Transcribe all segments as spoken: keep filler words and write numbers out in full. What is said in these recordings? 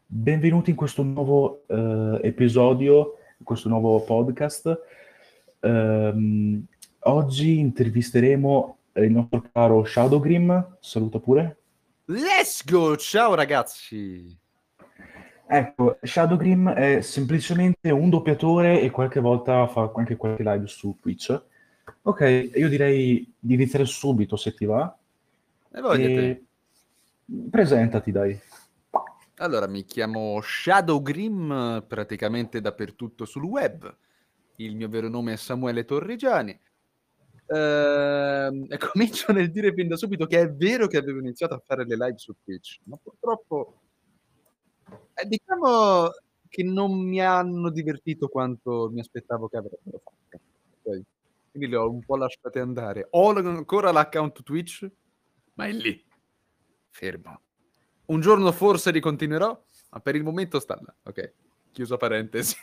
Benvenuti in questo nuovo eh, episodio, in questo nuovo podcast. Ehm, oggi intervisteremo il nostro caro Shadowgrim. Saluta pure. Let's go! Ciao ragazzi! Ecco, Shadowgrim è semplicemente un doppiatore e qualche volta fa anche qualche live su Twitch. Ok, io direi di iniziare subito, se ti va. E voglia te. E presentati, dai. Allora, mi chiamo Shadowgrim, praticamente dappertutto sul web. Il mio vero nome è Samuele Torrigiani. Ehm, e comincio nel dire fin da subito che è vero che avevo iniziato a fare le live su Twitch, ma purtroppo eh, diciamo che non mi hanno divertito quanto mi aspettavo che avrebbero fatto. Ok? Quindi le ho un po' lasciate andare. Ho l- ancora l'account Twitch, ma è lì, fermo. Un giorno forse ricontinuerò, ma per il momento sta là. Ok, chiusa parentesi.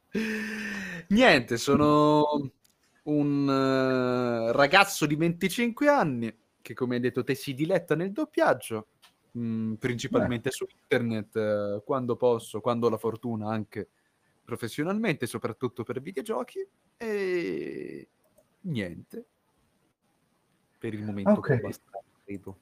Niente, sono un eh, ragazzo di venticinque anni che, come hai detto te, si diletta nel doppiaggio, mh, Beh, principalmente su internet, eh, quando posso, quando ho la fortuna, anche professionalmente, soprattutto per videogiochi. E niente, per il momento ok. può bastare, credo.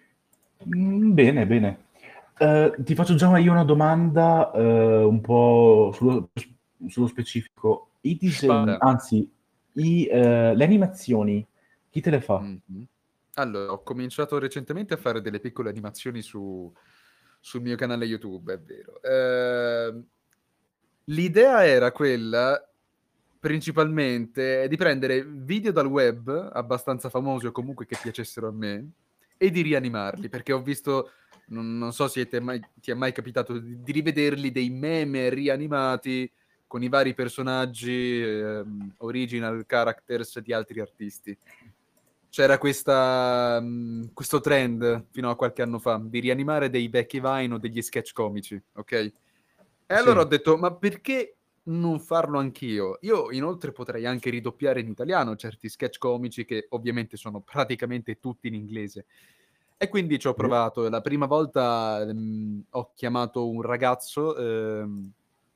Mm, Bene, bene. Eh, ti faccio già io una domanda eh, un po' sullo, sullo specifico. I disegni, Spara. anzi, i, eh, le animazioni, chi te le fa? Mhm. Allora, ho cominciato recentemente a fare delle piccole animazioni su, sul mio canale YouTube, è vero. Ehm, l'idea era quella, principalmente, di prendere video dal web, abbastanza famosi o comunque che piacessero a me, e di rianimarli, perché ho visto, non, non so se ti è mai, ti è mai capitato di, di rivederli, dei meme rianimati con i vari personaggi, ehm, original characters di altri artisti. C'era questa, mh, questo trend fino a qualche anno fa di rianimare dei vecchi Vine o degli sketch comici, ok? E allora Sì. ho detto, ma perché non farlo anch'io? Io inoltre potrei anche ridoppiare in italiano certi sketch comici che ovviamente sono praticamente tutti in inglese. E quindi ci ho Sì. provato. La prima volta mh, ho chiamato un ragazzo ehm,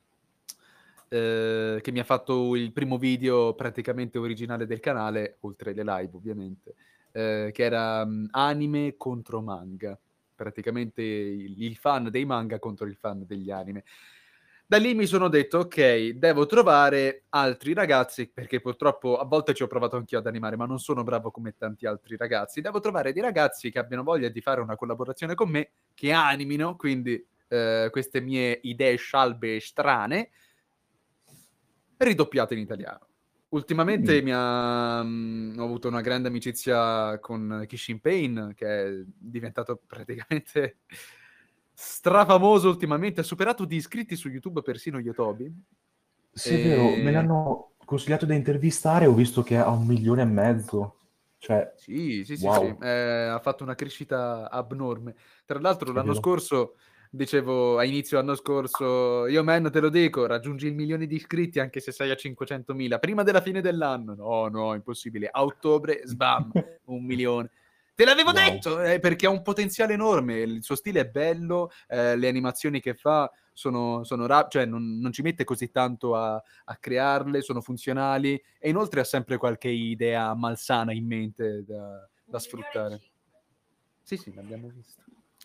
eh, che mi ha fatto il primo video praticamente originale del canale, oltre le live ovviamente, eh, che era mh, anime contro manga, praticamente il, il fan dei manga contro il fan degli anime. Da lì mi sono detto, ok, devo trovare altri ragazzi, perché purtroppo a volte ci ho provato anch'io ad animare, ma non sono bravo come tanti altri ragazzi. Devo trovare dei ragazzi che abbiano voglia di fare una collaborazione con me, che animino, quindi eh, queste mie idee scialbe strane, ridoppiato in italiano. Ultimamente Mm. mi ha, mh, ho avuto una grande amicizia con Kishin Pain, che è diventato praticamente strafamoso ultimamente, ha superato di iscritti su YouTube persino Yotobi. Sì, è vero, me E... l'hanno consigliato da intervistare, ho visto che ha un milione e mezzo. Cioè, Sì, sì, sì, sì, wow, eh, ha fatto una crescita abnorme. Tra l'altro è l'anno vero. scorso, dicevo a inizio anno scorso, io man te lo dico, raggiungi il milione di iscritti anche se sei a cinquecentomila, prima della fine dell'anno. No, no, impossibile. A ottobre, sbam, un milione. Te l'avevo Wow. detto, eh, perché ha un potenziale enorme, il suo stile è bello, eh, le animazioni che fa sono, sono rap- cioè non, non ci mette così tanto a, a crearle, sono funzionali e inoltre ha sempre qualche idea malsana in mente da, da sfruttare. Sì, sì, l'abbiamo visto.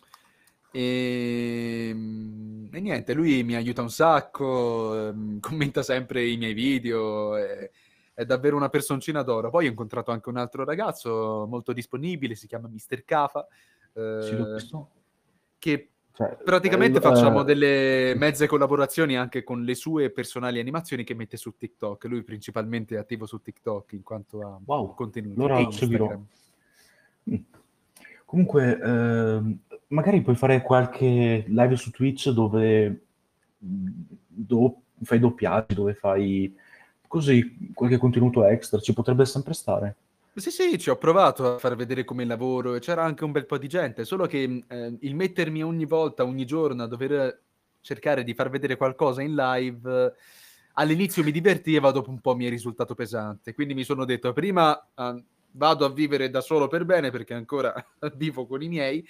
E, e niente, lui mi aiuta un sacco, ehm, commenta sempre i miei video, è, è davvero una personcina d'oro. Poi ho incontrato anche un altro ragazzo molto disponibile, si chiama mister Kafa, Sì, l'ho eh, visto. che Cioè, eh, praticamente facciamo eh, delle sì. mezze collaborazioni anche con le sue personali animazioni che mette su TikTok. Lui principalmente è attivo su TikTok in quanto a Wow, contenuti e allora lo seguirò. Instagram. Mm. Comunque, ehm, magari puoi fare qualche live su Twitch dove, dove fai doppiaggi, dove fai così qualche contenuto extra, ci potrebbe sempre stare. Sì, sì, ci ho provato a far vedere come lavoro e c'era anche un bel po' di gente, solo che mh, eh, il mettermi ogni volta, ogni giorno a dover cercare di far vedere qualcosa in live, eh, all'inizio mi divertiva, dopo un po' mi è risultato pesante. Quindi mi sono detto, prima eh, vado a vivere da solo per bene, perché ancora vivo con i miei,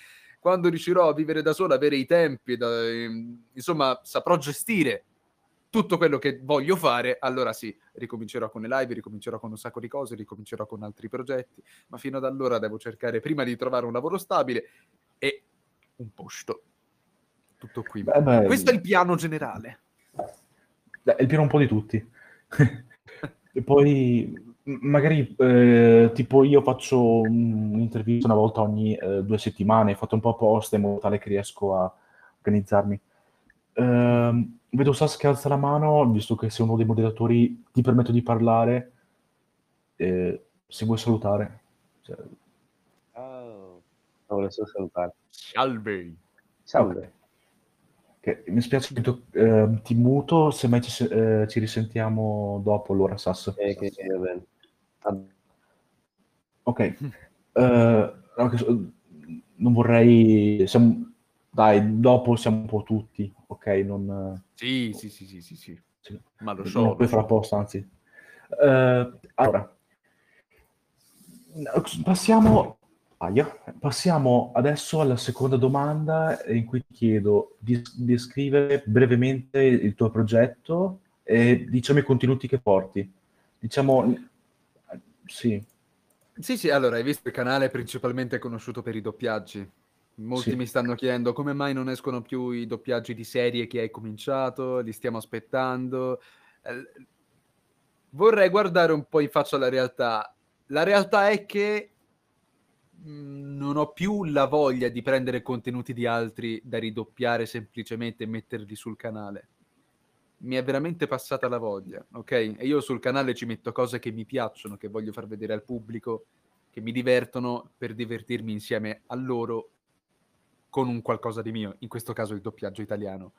quando riuscirò a vivere da solo, avere i tempi, da, insomma, saprò gestire tutto quello che voglio fare, allora sì, ricomincerò con le live, ricomincerò con un sacco di cose, ricomincerò con altri progetti, ma fino ad allora devo cercare prima di trovare un lavoro stabile e un posto. Tutto qui. Beh, beh, Questo è il piano generale. È il piano un po' di tutti. E poi m- magari eh, tipo io faccio un- un'intervista una volta ogni eh, due settimane, ho fatto un po' apposta in modo tale che riesco a organizzarmi. Ehm, vedo Sas che alza la mano, visto che sei uno dei moderatori, ti permetto di parlare, eh, se vuoi salutare. Cioè, Oh, non volevo solo salutare. Salve. Salve. ok. Ok, mi spiace che to- eh, ti muto, se mai ci, se- eh, ci risentiamo dopo allora, Sas. Eh, che va bene. Ah, Ok. Eh, anche se- non vorrei... siamo- dai, dopo siamo un po' tutti, ok? Non, Sì, sì, sì, sì, sì, sì. sì, Ma lo non so, lo lo puoi fare so. apposta, anzi. Eh, allora, passiamo, aia, passiamo adesso alla seconda domanda in cui ti chiedo di descrivere brevemente il tuo progetto e diciamo i contenuti che porti. Diciamo, sì, Sì, sì, allora, hai visto il canale è principalmente conosciuto per i doppiaggi. Molti sì. mi stanno chiedendo come mai non escono più i doppiaggi di serie che hai cominciato, li stiamo aspettando. Eh, vorrei guardare un po' in faccia alla realtà. La realtà è che mh, non ho più la voglia di prendere contenuti di altri da ridoppiare semplicemente e metterli sul canale. Mi è veramente passata la voglia, ok? E io sul canale ci metto cose che mi piacciono, che voglio far vedere al pubblico, che mi divertono per divertirmi insieme a loro con un qualcosa di mio, in questo caso il doppiaggio italiano.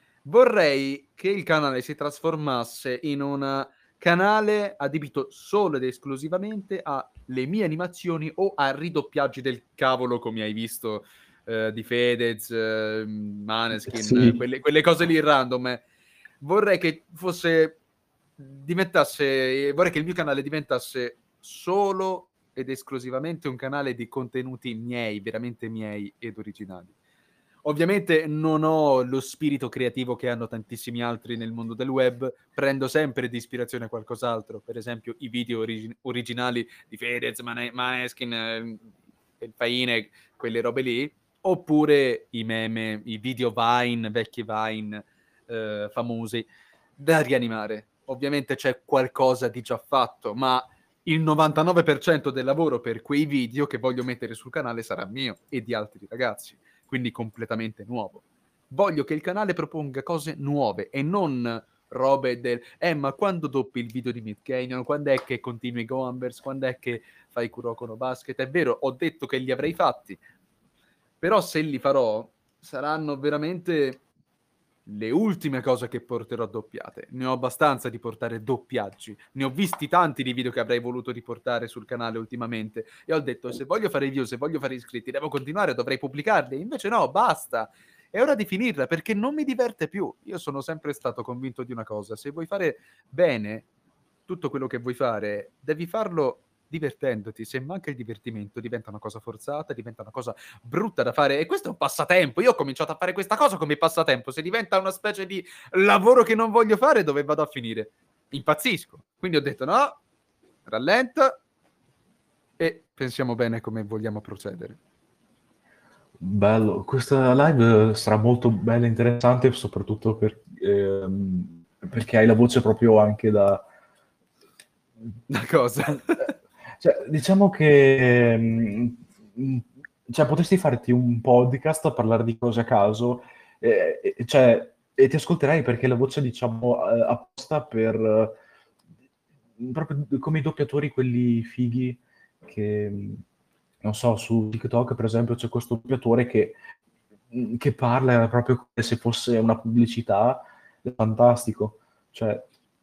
Vorrei che il canale si trasformasse in un canale adibito solo ed esclusivamente alle mie animazioni o a ridoppiaggi del cavolo, come hai visto, eh, di Fedez, eh, Maneskin, Sì. quelle, quelle cose lì random. eh. Vorrei che fosse diventasse vorrei che il mio canale diventasse solo ed esclusivamente un canale di contenuti miei, veramente miei ed originali. Ovviamente non ho lo spirito creativo che hanno tantissimi altri nel mondo del web, prendo sempre di ispirazione a qualcos'altro, per esempio i video origi- originali di Fedez, Mane- Maneskin, eh, il Faine, quelle robe lì, oppure i meme, i video Vine, vecchi Vine eh, famosi, da rianimare. Ovviamente c'è qualcosa di già fatto, ma il novantanove per cento del lavoro per quei video che voglio mettere sul canale sarà mio e di altri ragazzi, quindi completamente nuovo. Voglio che il canale proponga cose nuove e non robe del eh ma quando doppi il video di Mid Canyon, quando è che continui Goambers, quando è che fai Kuroko no Basket. È vero, ho detto che li avrei fatti, però se li farò saranno veramente le ultime cose che porterò doppiate. Ne ho abbastanza di portare doppiaggi. Ne ho visti tanti di video che avrei voluto riportare sul canale ultimamente. E ho detto, se voglio fare view, se voglio fare iscritti, devo continuare, dovrei pubblicarli. Invece no, basta. È ora di finirla, perché non mi diverte più. Io sono sempre stato convinto di una cosa. Se vuoi fare bene tutto quello che vuoi fare, devi farlo divertendoti. Se manca il divertimento, diventa una cosa forzata, diventa una cosa brutta da fare. E questo è un passatempo. Io ho cominciato a fare questa cosa come passatempo. Se diventa una specie di lavoro che non voglio fare, dove vado a finire? Impazzisco. Quindi ho detto no, rallenta e pensiamo bene come vogliamo procedere. Bello, questa live sarà molto bella e interessante, soprattutto per, ehm, perché hai la voce proprio anche da... Una cosa. Cioè, diciamo che mm, cioè, potresti farti un podcast a parlare di cose a caso, eh, e, cioè, e ti ascolterai perché la voce, diciamo, eh, apposta per... eh, proprio come i doppiatori, quelli fighi che... non so, su TikTok per esempio c'è questo doppiatore che, che parla proprio come se fosse una pubblicità, è fantastico. Cioè,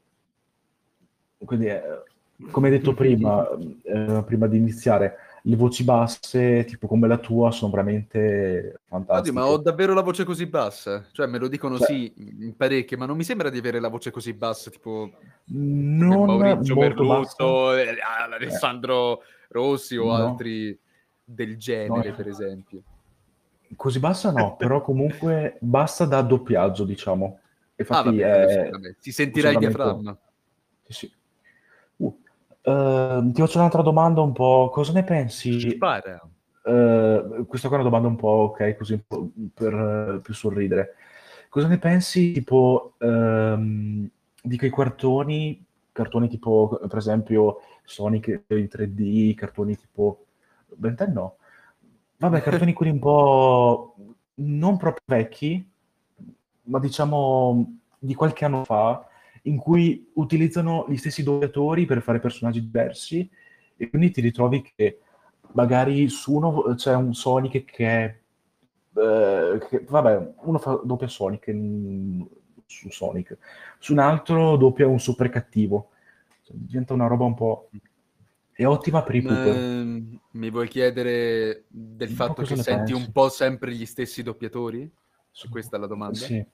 quindi, eh, come hai detto prima, eh, prima di iniziare, le voci basse, tipo come la tua, sono veramente Oddio, ma ho fantastiche. davvero la voce così bassa? Cioè, me lo dicono Cioè, sì, in parecchie, ma non mi sembra di avere la voce così bassa, tipo come non Maurizio molto bassa, Merluzzo, eh, eh, Alessandro Rossi o no, altri del no, genere, per esempio. Così bassa no, però comunque bassa da doppiaggio, diciamo. Ah, Infatti vabbè, quello sì, è vabbè. Si un sentirà il funzionamento... diaframma. Sì, sì. Uh, ehm, ti faccio un'altra domanda un po'. Cosa ne pensi? Spara. Eh, questa qua è una domanda un po', ok, così un po' per eh, più sorridere. Cosa ne pensi, tipo, ehm, di quei cartoni, cartoni tipo, per esempio, Sonic in tre D, cartoni tipo... Ben te no. Vabbè, cartoni quelli un po' non proprio vecchi, ma diciamo di qualche anno fa, in cui utilizzano gli stessi doppiatori per fare personaggi diversi, e quindi ti ritrovi che magari su uno c'è un Sonic che è... eh, che- vabbè, uno fa doppia Sonic in- su Sonic, su un altro doppia un super cattivo. Cioè, diventa una roba un po'... È ottima per i pooper. Ma, mm, mi vuoi chiedere del Un po' fatto che cosa ne senti pensi? un po' sempre gli stessi doppiatori? È Sì. questa la domanda? Sì.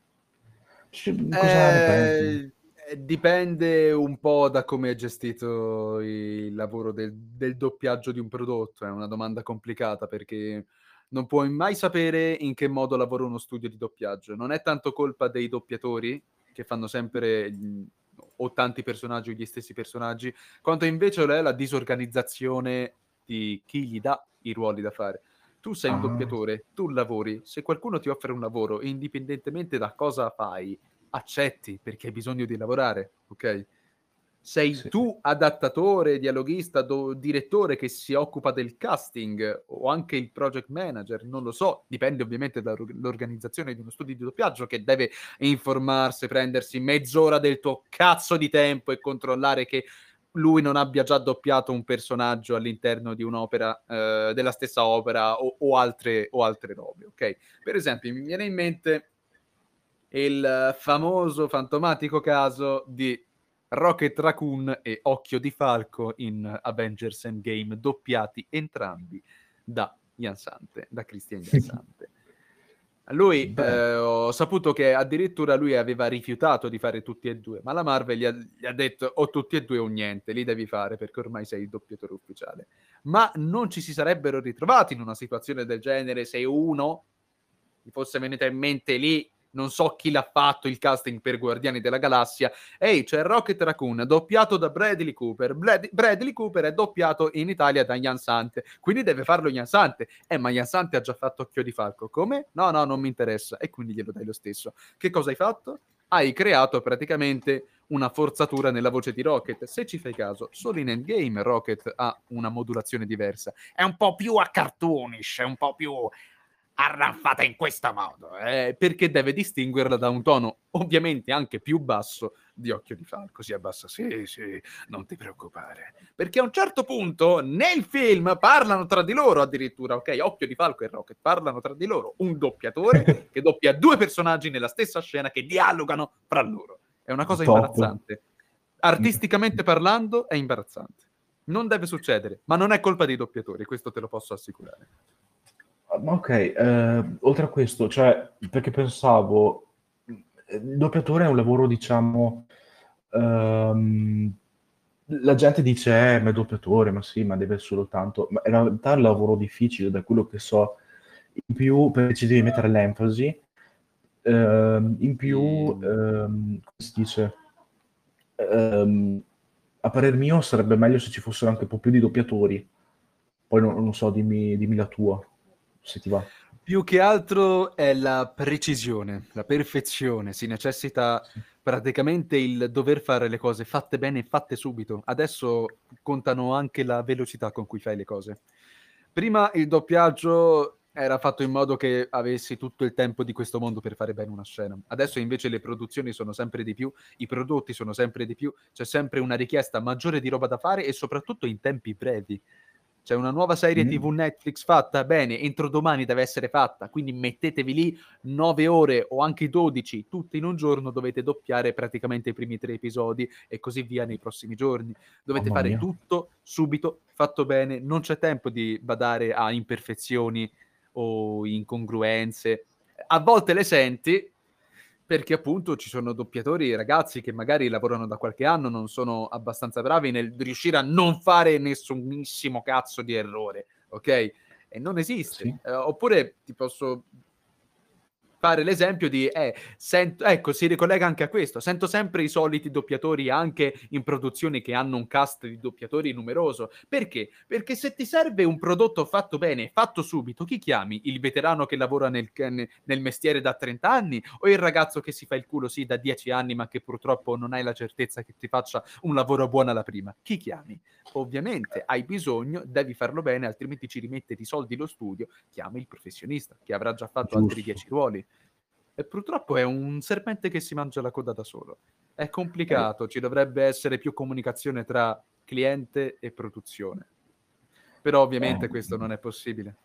Sì, cosa ne pensi? Eh, eh, dipende un po' da come è gestito il lavoro del, del doppiaggio di un prodotto. È una domanda complicata perché non puoi mai sapere in che modo lavora uno studio di doppiaggio. Non è tanto colpa dei doppiatori che fanno sempre mh, o tanti personaggi o gli stessi personaggi, quanto invece è la disorganizzazione di chi gli dà i ruoli da fare. Tu sei un Ah, doppiatore, tu lavori, se qualcuno ti offre un lavoro, indipendentemente da cosa fai, accetti perché hai bisogno di lavorare, ok? Sei sì. tu adattatore, dialoghista, do- direttore che si occupa del casting o anche il project manager, non lo so, dipende ovviamente dall'organizzazione di uno studio di doppiaggio che deve informarsi, prendersi mezz'ora del tuo cazzo di tempo e controllare che lui non abbia già doppiato un personaggio all'interno di un'opera, eh, della stessa opera o, o altre, o altre robe, ok? Per esempio, mi viene in mente il famoso fantomatico caso di Rocket Raccoon e Occhio di Falco in Avengers Endgame, doppiati entrambi da Jansante, da Christian Jansante. Lui, Beh, eh, ho saputo che addirittura lui aveva rifiutato di fare tutti e due, ma la Marvel gli ha, gli ha detto o tutti e due o niente, li devi fare perché ormai sei il doppiatore ufficiale. Ma non ci si sarebbero ritrovati in una situazione del genere se uno gli fosse venuta in mente lì, non so chi l'ha fatto il casting per Guardiani della Galassia. Ehi, c'è Rocket Raccoon, doppiato da Bradley Cooper. Brad- Bradley Cooper è doppiato in Italia da Ian Sante, quindi deve farlo Ian Sante. Eh, ma Ian Sante ha già fatto Occhio di Falco. Come? No, no, non mi interessa. E quindi glielo dai lo stesso. Che cosa hai fatto? Hai creato praticamente una forzatura nella voce di Rocket. Se ci fai caso, solo in Endgame Rocket ha una modulazione diversa. È un po' più a cartoonish, è un po' più arraffata in questo modo, eh, perché deve distinguerla da un tono ovviamente anche più basso di Occhio di Falco. Si abbassa, sì, sì, non ti preoccupare. Perché a un certo punto nel film parlano tra di loro addirittura, ok? Occhio di Falco e Rocket parlano tra di loro. Un doppiatore che doppia due personaggi nella stessa scena che dialogano fra loro. È una cosa top. imbarazzante. Artisticamente parlando è imbarazzante. Non deve succedere, ma non è colpa dei doppiatori, questo te lo posso assicurare. Ma ok, eh, oltre a questo, cioè, perché pensavo, eh, il doppiatore è un lavoro, diciamo, ehm, la gente dice, eh, ma è doppiatore, ma sì, ma deve solo tanto, ma in realtà è un lavoro difficile, da quello che so, in più, perché ci devi mettere l'enfasi, ehm, in più, E... ehm, come si dice, ehm, a parer mio sarebbe meglio se ci fossero anche un po' più di doppiatori, poi non, non so, dimmi, dimmi la tua, se ti va. Più che altro è la precisione, la perfezione. Si necessita Sì. praticamente il dover fare le cose fatte bene e fatte subito. Adesso contano anche la velocità con cui fai le cose. Prima il doppiaggio era fatto in modo che avessi tutto il tempo di questo mondo per fare bene una scena. Adesso invece le produzioni sono sempre di più, i prodotti sono sempre di più, c'è sempre una richiesta maggiore di roba da fare e soprattutto in tempi brevi. C'è una nuova serie Mm. T V Netflix fatta, bene, entro domani deve essere fatta, quindi mettetevi lì nove ore o anche dodici, tutte in un giorno, dovete doppiare praticamente i primi tre episodi e così via nei prossimi giorni. Dovete Mamma fare mia. tutto subito, fatto bene, non c'è tempo di badare a imperfezioni o incongruenze. A volte le senti, perché appunto ci sono doppiatori ragazzi che magari lavorano da qualche anno, non sono abbastanza bravi nel riuscire a non fare nessunissimo cazzo di errore, ok? e non esiste. Sì. Eh, oppure ti posso fare l'esempio di eh, sento, ecco, si ricollega anche a questo, sento sempre i soliti doppiatori anche in produzioni che hanno un cast di doppiatori numeroso. Perché? Perché se ti serve un prodotto fatto bene, fatto subito, chi chiami? Il veterano che lavora nel, nel mestiere da trenta anni o il ragazzo che si fa il culo sì da dieci anni ma che purtroppo non hai la certezza che ti faccia un lavoro buono alla prima? Chi chiami? Ovviamente hai bisogno, devi farlo bene, altrimenti ci rimette di soldi lo studio, chiami il professionista che avrà già fatto Giusto. altri dieci ruoli. E purtroppo è un serpente che si mangia la coda da solo. È complicato, ci dovrebbe essere più comunicazione tra cliente e produzione. Però ovviamente Eh. questo non è possibile.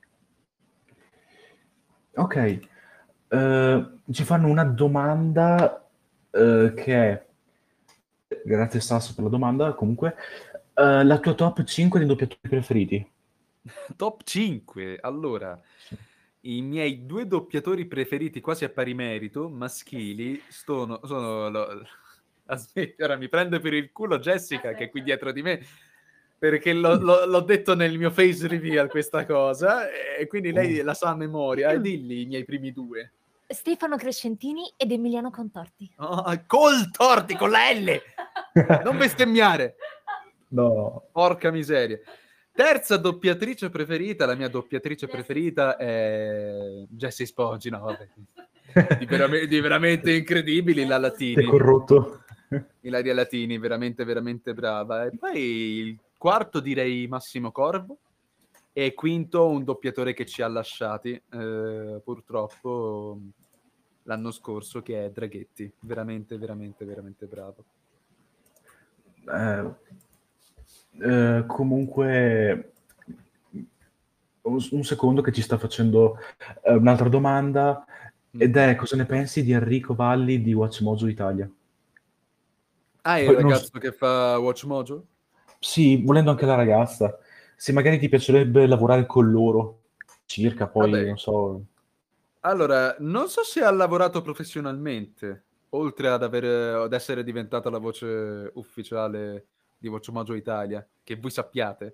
Ok, eh, ci fanno una domanda eh, che è, grazie Sasso per la domanda, comunque, eh, la tua top cinque dei doppiatori preferiti? Top cinque, allora... Sì. I miei due doppiatori preferiti, quasi a pari merito, maschili, sono... sono lo, aspetta, ora mi prende per il culo Jessica, che è qui dietro di me, perché lo, lo, l'ho detto nel mio face reveal questa cosa, e quindi lei la sa a memoria. E dilli i miei primi due. Stefano Crescentini ed Emiliano Contorti. Oh, col torti, con la L! Non bestemmiare! No. Porca miseria. Terza doppiatrice preferita, la mia doppiatrice preferita è Jessie Spoggi, no vabbè, di, veram- di veramente incredibili, la Latini. Ti è corrotto. Ilaria Latini, veramente veramente brava. E poi il quarto direi Massimo Corvo, e quinto un doppiatore che ci ha lasciati, eh, purtroppo, l'anno scorso, che è Draghetti, veramente veramente veramente bravo. Eh, eh, comunque, un, un secondo che ci sta facendo eh, un'altra domanda, ed è cosa ne pensi di Enrico Valli di WatchMojo Italia? Ah, è il Poi non ragazzo so- che fa WatchMojo? Sì, volendo anche la ragazza. Se magari ti piacerebbe lavorare con loro, circa, poi Vabbè. non so. Allora, non so se ha lavorato professionalmente, oltre ad, aver, ad essere diventata la voce ufficiale di WatchMojo Italia, che voi sappiate.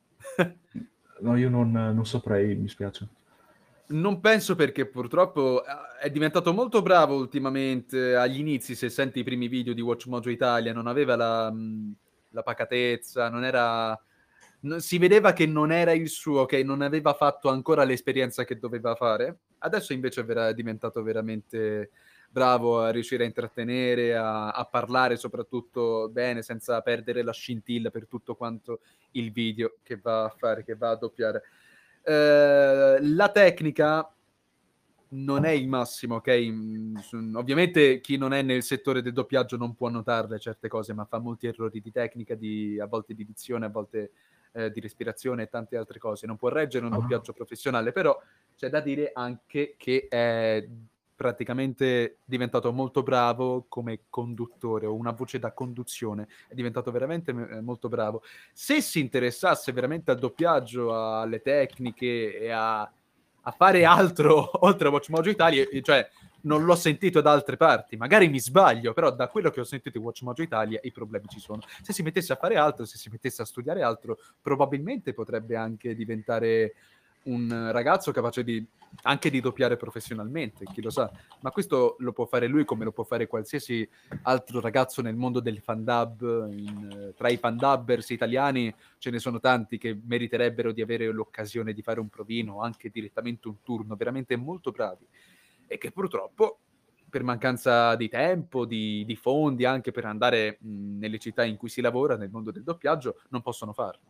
No, io non, non saprei, mi spiace. Non penso, perché purtroppo eh, è diventato molto bravo ultimamente. Agli inizi, se senti i primi video di WatchMojo Italia, non aveva la, mh, la pacatezza, non era... non- si vedeva che non era il suo, che non aveva fatto ancora l'esperienza che doveva fare. Adesso invece è diventato veramente bravo a riuscire a intrattenere, a, a parlare soprattutto bene, senza perdere la scintilla per tutto quanto il video che va a fare, che va a doppiare. Eh, la tecnica non è il massimo, ok? Mm, su- ovviamente chi non è nel settore del doppiaggio non può notarle certe cose, ma fa molti errori di tecnica, di, a volte di dizione, a volte eh, di respirazione e tante altre cose. Non può reggere un Ah. doppiaggio professionale, però c'è da dire anche che è praticamente diventato molto bravo come conduttore, o una voce da conduzione, è diventato veramente eh, molto bravo. Se si interessasse veramente al doppiaggio, alle tecniche e a, a fare altro oltre a WatchMojo Italia, eh, cioè non l'ho sentito da altre parti, magari mi sbaglio, però da quello che ho sentito di WatchMojo Italia i problemi ci sono. Se si mettesse a fare altro, se si mettesse a studiare altro, probabilmente potrebbe anche diventare un ragazzo capace di anche di doppiare professionalmente, chi lo sa. Ma questo lo può fare lui come lo può fare qualsiasi altro ragazzo nel mondo del fandub. In, tra i fandubbers italiani ce ne sono tanti che meriterebbero di avere l'occasione di fare un provino, anche direttamente un turno, veramente molto bravi, e che purtroppo per mancanza di tempo, di, di fondi, anche per andare mh, nelle città in cui si lavora nel mondo del doppiaggio, non possono farlo.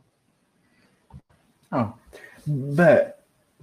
Ah. Beh,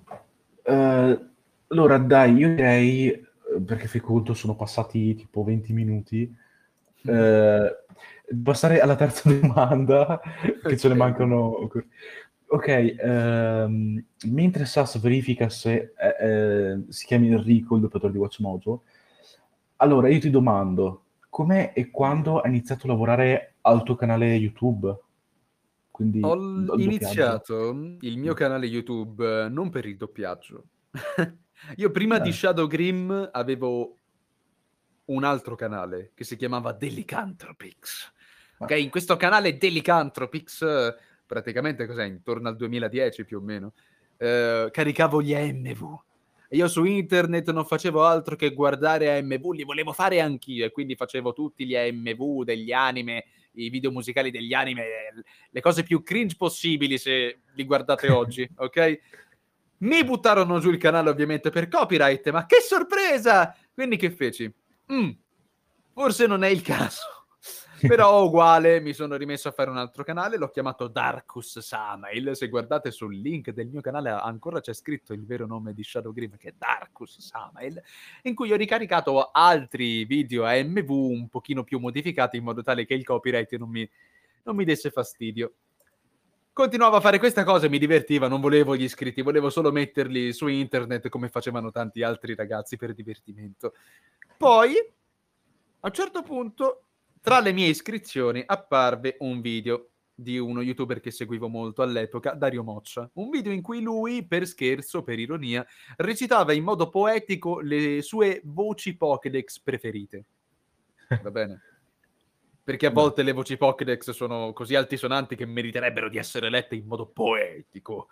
eh, allora dai, io direi, eh, perché fai conto sono passati tipo venti minuti, eh, passare alla terza domanda, che ce ne Ok. mancano. Ok, ehm, mentre Sass verifica se eh, eh, si chiama Enrico, il doppiatore di WatchMojo, allora io ti domando, com'è e quando hai iniziato a lavorare al tuo canale YouTube? Quindi Ho al l- doppiaggio. iniziato il mio canale YouTube eh, non per il doppiaggio. Io prima di Eh. Shadow Grim avevo un altro canale che si chiamava Delicanthropix. Ok, in questo canale Delicanthropix, eh, praticamente cos'è? Intorno al duemiladieci più o meno. eh, caricavo gli A M V. E io su internet non facevo altro che guardare A M V, li volevo fare anch'io, e quindi facevo tutti gli A M V degli anime, i video musicali degli anime, le cose più cringe possibili se li guardate oggi, ok? Mi buttarono giù il canale ovviamente per copyright, ma che sorpresa! Quindi che feci? Mm, forse non è il caso. Però uguale mi sono rimesso a fare un altro canale, l'ho chiamato Darkus Samael. Se guardate sul link del mio canale ancora c'è scritto il vero nome di Shadow Grim, che è Darkus Samael, in cui ho ricaricato altri video A M V un pochino più modificati in modo tale che il copyright non mi, non mi desse fastidio. Continuavo a fare questa cosa e mi divertiva, non volevo gli iscritti, volevo solo metterli su internet come facevano tanti altri ragazzi per divertimento. Poi, a un certo punto, tra le mie iscrizioni apparve un video di uno youtuber che seguivo molto all'epoca, Dario Moccia. Un video in cui lui, per scherzo, per ironia, recitava in modo poetico le sue voci Pokédex preferite. Va bene? Perché a volte le voci Pokédex sono così altisonanti che meriterebbero di essere lette in modo poetico.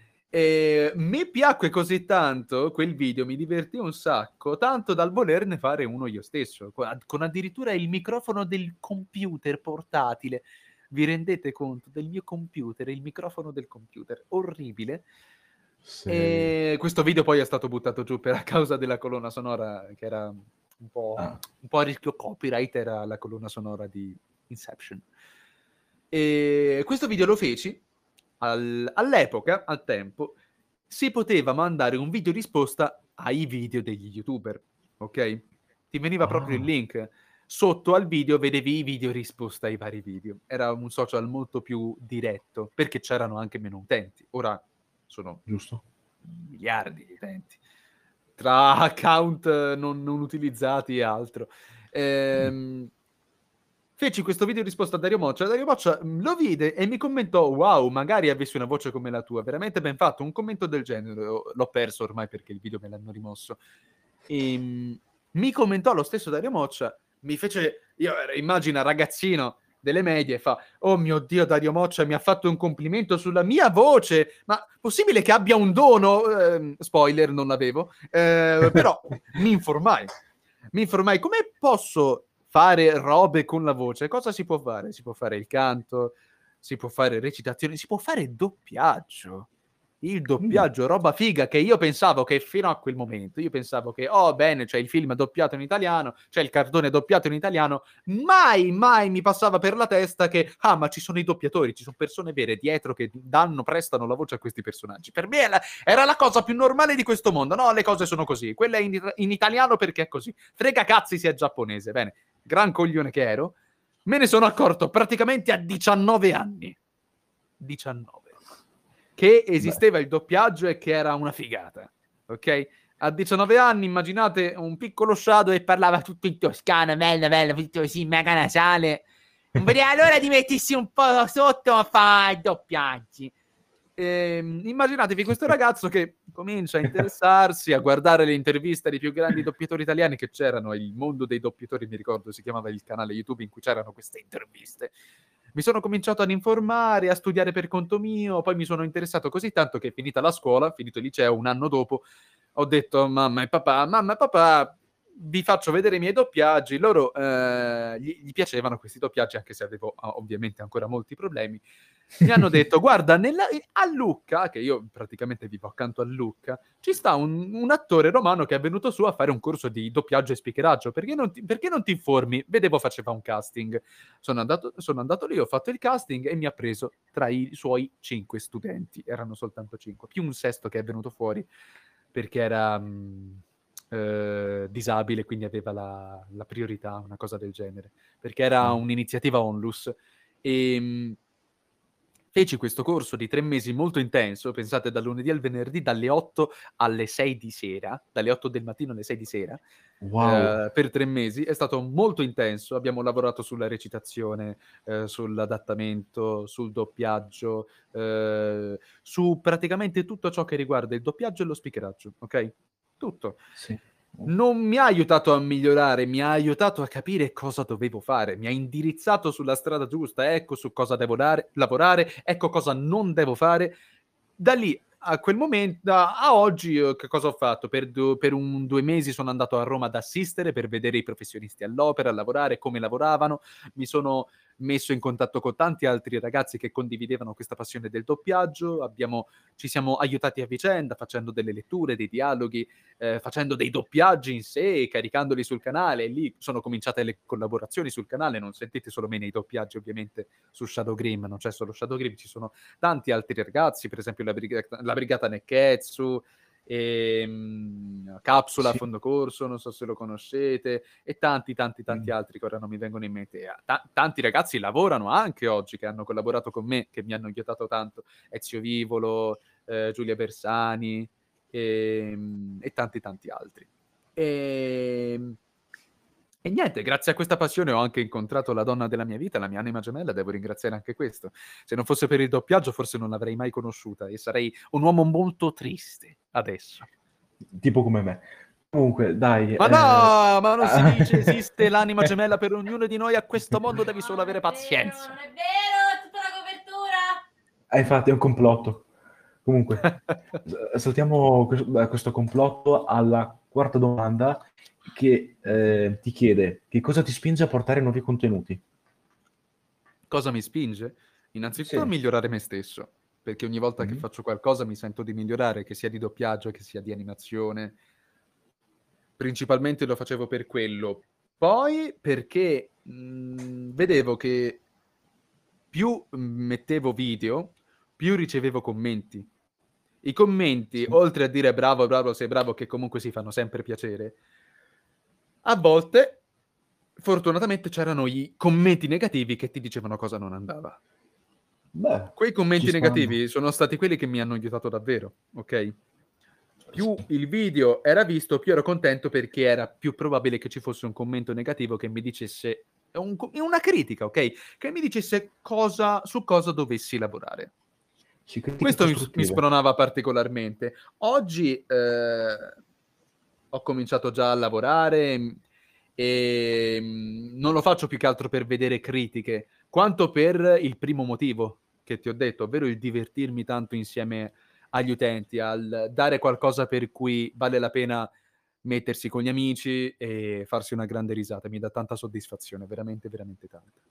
E mi piacque così tanto quel video, mi divertì un sacco, tanto dal volerne fare uno io stesso, con addirittura il microfono del computer portatile. Vi rendete conto? Del mio computer, il microfono del computer, orribile. Sì. E questo video poi è stato buttato giù per a causa della colonna sonora, che era un po', ah. un po' a rischio copyright, era la colonna sonora di Inception. E questo video lo feci. Al, all'epoca, al tempo, si poteva mandare un video risposta ai video degli youtuber, ok? Ti veniva oh. proprio il link. Sotto al video vedevi i video risposta ai vari video. Era un social molto più diretto, perché c'erano anche meno utenti. Ora sono giusto miliardi di utenti, tra account non, non utilizzati e altro. Ehm... Mm. Feci questo video risposta a Dario Moccia. Dario Moccia lo vide e mi commentò: wow, magari avessi una voce come la tua, veramente ben fatto. Un commento del genere l'ho perso ormai perché il video me l'hanno rimosso. E, mi commentò lo stesso Dario Moccia, mi fece, io immagina ragazzino delle medie, fa: oh mio Dio, Dario Moccia mi ha fatto un complimento sulla mia voce, ma possibile che abbia un dono? Eh, spoiler, non l'avevo, eh, però mi informai mi informai come posso fare robe con la voce. Cosa si può fare? Si può fare il canto, si può fare recitazione, si può fare doppiaggio. Il doppiaggio, roba figa, che io pensavo che fino a quel momento, io pensavo che, oh bene, c'è il film doppiato in italiano, c'è il cartone doppiato in italiano, mai, mai mi passava per la testa che, ah, ma ci sono i doppiatori, ci sono persone vere dietro che danno, prestano la voce a questi personaggi. Per me era, era la cosa più normale di questo mondo. No, le cose sono così, quella è in, in italiano perché è così. Frega cazzi se è giapponese, bene. Gran coglione che ero, me ne sono accorto praticamente a diciannove anni. diciannove. Che esisteva Beh. il doppiaggio e che era una figata, ok? A diciannove anni, immaginate un piccolo Shadow e parlava tutto in toscano, bello, bello, tutto così, mega nasale. Non vedeva l'ora di mettersi un po' sotto a fare doppiaggi. Eh, immaginatevi questo ragazzo che comincia a interessarsi, a guardare le interviste dei più grandi doppiatori italiani che c'erano. Il mondo dei doppiatori, mi ricordo, si chiamava il canale YouTube in cui c'erano queste interviste. Mi sono cominciato ad informare, a studiare per conto mio, poi mi sono interessato così tanto che, finita la scuola, finito il liceo, un anno dopo, ho detto mamma e papà, mamma e papà, vi faccio vedere i miei doppiaggi. Loro eh, gli, gli piacevano questi doppiaggi, anche se avevo ovviamente ancora molti problemi. Mi hanno detto: guarda, nella, a Lucca, che io praticamente vivo accanto a Lucca, ci sta un, un attore romano che è venuto su a fare un corso di doppiaggio e speakeraggio. Perché non ti, perché non ti informi? Vedevo faceva un casting. Sono andato, sono andato lì, ho fatto il casting e mi ha preso tra i suoi cinque studenti. Erano soltanto cinque, più un sesto che è venuto fuori perché era mh, eh, disabile, quindi aveva la, la priorità, una cosa del genere, perché era mm. un'iniziativa Onlus. E mh, feci questo corso di tre mesi molto intenso, pensate, dal lunedì al venerdì, dalle otto alle sei di sera, dalle otto del mattino alle sei di sera, wow. eh, per tre mesi. È stato molto intenso, abbiamo lavorato sulla recitazione, eh, sull'adattamento, sul doppiaggio, eh, su praticamente tutto ciò che riguarda il doppiaggio e lo speakeraggio, ok? Tutto. Sì. Non mi ha aiutato a migliorare, mi ha aiutato a capire cosa dovevo fare, mi ha indirizzato sulla strada giusta, ecco su cosa devo dare, lavorare, ecco cosa non devo fare. Da lì a quel momento, a, a oggi, io che cosa ho fatto? Per, du- per un, due mesi sono andato a Roma ad assistere per vedere i professionisti all'opera, a lavorare, come lavoravano. Mi sono messo in contatto con tanti altri ragazzi che condividevano questa passione del doppiaggio. Abbiamo, ci siamo aiutati a vicenda facendo delle letture, dei dialoghi, eh, facendo dei doppiaggi in sé, caricandoli sul canale. E lì sono cominciate le collaborazioni sul canale. Non sentite solo me nei doppiaggi, ovviamente, su Shadowgrim, non c'è solo Shadowgrim, ci sono tanti altri ragazzi, per esempio la brigata, la brigata Nekketsu, e, um, Capsula, Sì. Fondo Corso, non so se lo conoscete, e tanti tanti tanti Mm. altri che ora non mi vengono in mente. Ta- tanti ragazzi lavorano anche oggi, che hanno collaborato con me, che mi hanno aiutato tanto: Ezio Vivolo, eh, Giulia Bersani, e, e tanti tanti altri. E... E niente, grazie a questa passione ho anche incontrato la donna della mia vita, la mia anima gemella. Devo ringraziare anche questo. Se non fosse per il doppiaggio forse non l'avrei mai conosciuta e sarei un uomo molto triste adesso. Tipo come me. Comunque, dai. Ma eh, no, ma non si ah, dice esiste l'anima gemella per ognuno di noi a questo mondo, devi solo avere pazienza. Non è vero, è tutta una copertura. Ah, infatti è un complotto. Comunque, s- saltiamo questo, beh, questo complotto alla quarta domanda che eh, ti chiede: che cosa ti spinge a portare nuovi contenuti? Cosa mi spinge? Innanzitutto Sì. a migliorare me stesso, perché ogni volta che Mhm. faccio qualcosa mi sento di migliorare, che sia di doppiaggio, che sia di animazione. Principalmente lo facevo per quello. Poi perché mh, vedevo che più mh, mettevo video, più ricevevo commenti. I commenti, Sì. oltre a dire bravo, bravo, sei bravo, che comunque si fanno sempre piacere, a volte, fortunatamente, c'erano i commenti negativi che ti dicevano cosa non andava. Beh, Quei commenti ci stanno. negativi sono stati quelli che mi hanno aiutato davvero, ok? Più il video era visto, più ero contento, perché era più probabile che ci fosse un commento negativo che mi dicesse, un co- una critica, ok? Che mi dicesse cosa, su cosa dovessi lavorare. Sì, critiche Questo mi, mi costruttive. spronava particolarmente. Oggi eh, ho cominciato già a lavorare mm, e mm, non lo faccio più che altro per vedere critiche, quanto per il primo motivo che ti ho detto, ovvero il divertirmi tanto insieme agli utenti, al dare qualcosa per cui vale la pena mettersi con gli amici e farsi una grande risata. Mi dà tanta soddisfazione, veramente, veramente tanta.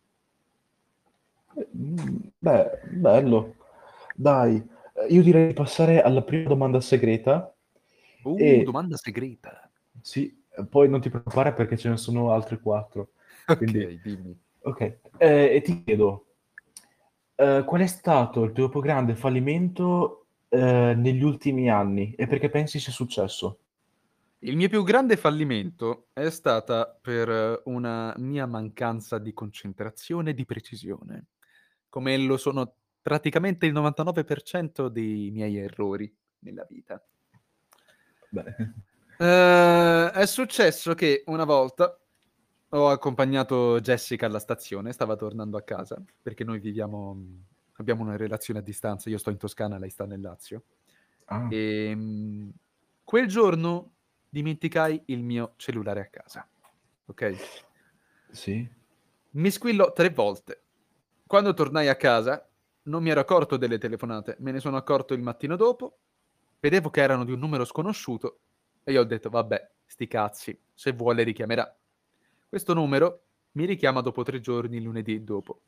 Mm, Beh, bello. Dai, eh, io direi di passare alla prima domanda segreta. Uh, E domanda segreta. sì, poi non ti preoccupare perché ce ne sono altri quattro. Quindi, Ok, dimmi. ok. Eh, e ti chiedo, eh, qual è stato il tuo più grande fallimento eh, negli ultimi anni e perché pensi sia successo? Il mio più grande fallimento è stata per una mia mancanza di concentrazione e di precisione, come lo sono praticamente il novantanove per cento dei miei errori nella vita. Beh, Eh, è successo che una volta ho accompagnato Jessica alla stazione, stava tornando a casa, perché noi viviamo, abbiamo una relazione a distanza, io sto in Toscana, lei sta nel Lazio. ah, E mh, quel giorno dimenticai il mio cellulare a casa, ok? sì. Mi squillò tre volte. Quando tornai a casa non mi ero accorto delle telefonate, me ne sono accorto il mattino dopo, vedevo che erano di un numero sconosciuto e io ho detto vabbè, sti cazzi, se vuole richiamerà. Questo numero mi richiama dopo tre giorni, lunedì dopo.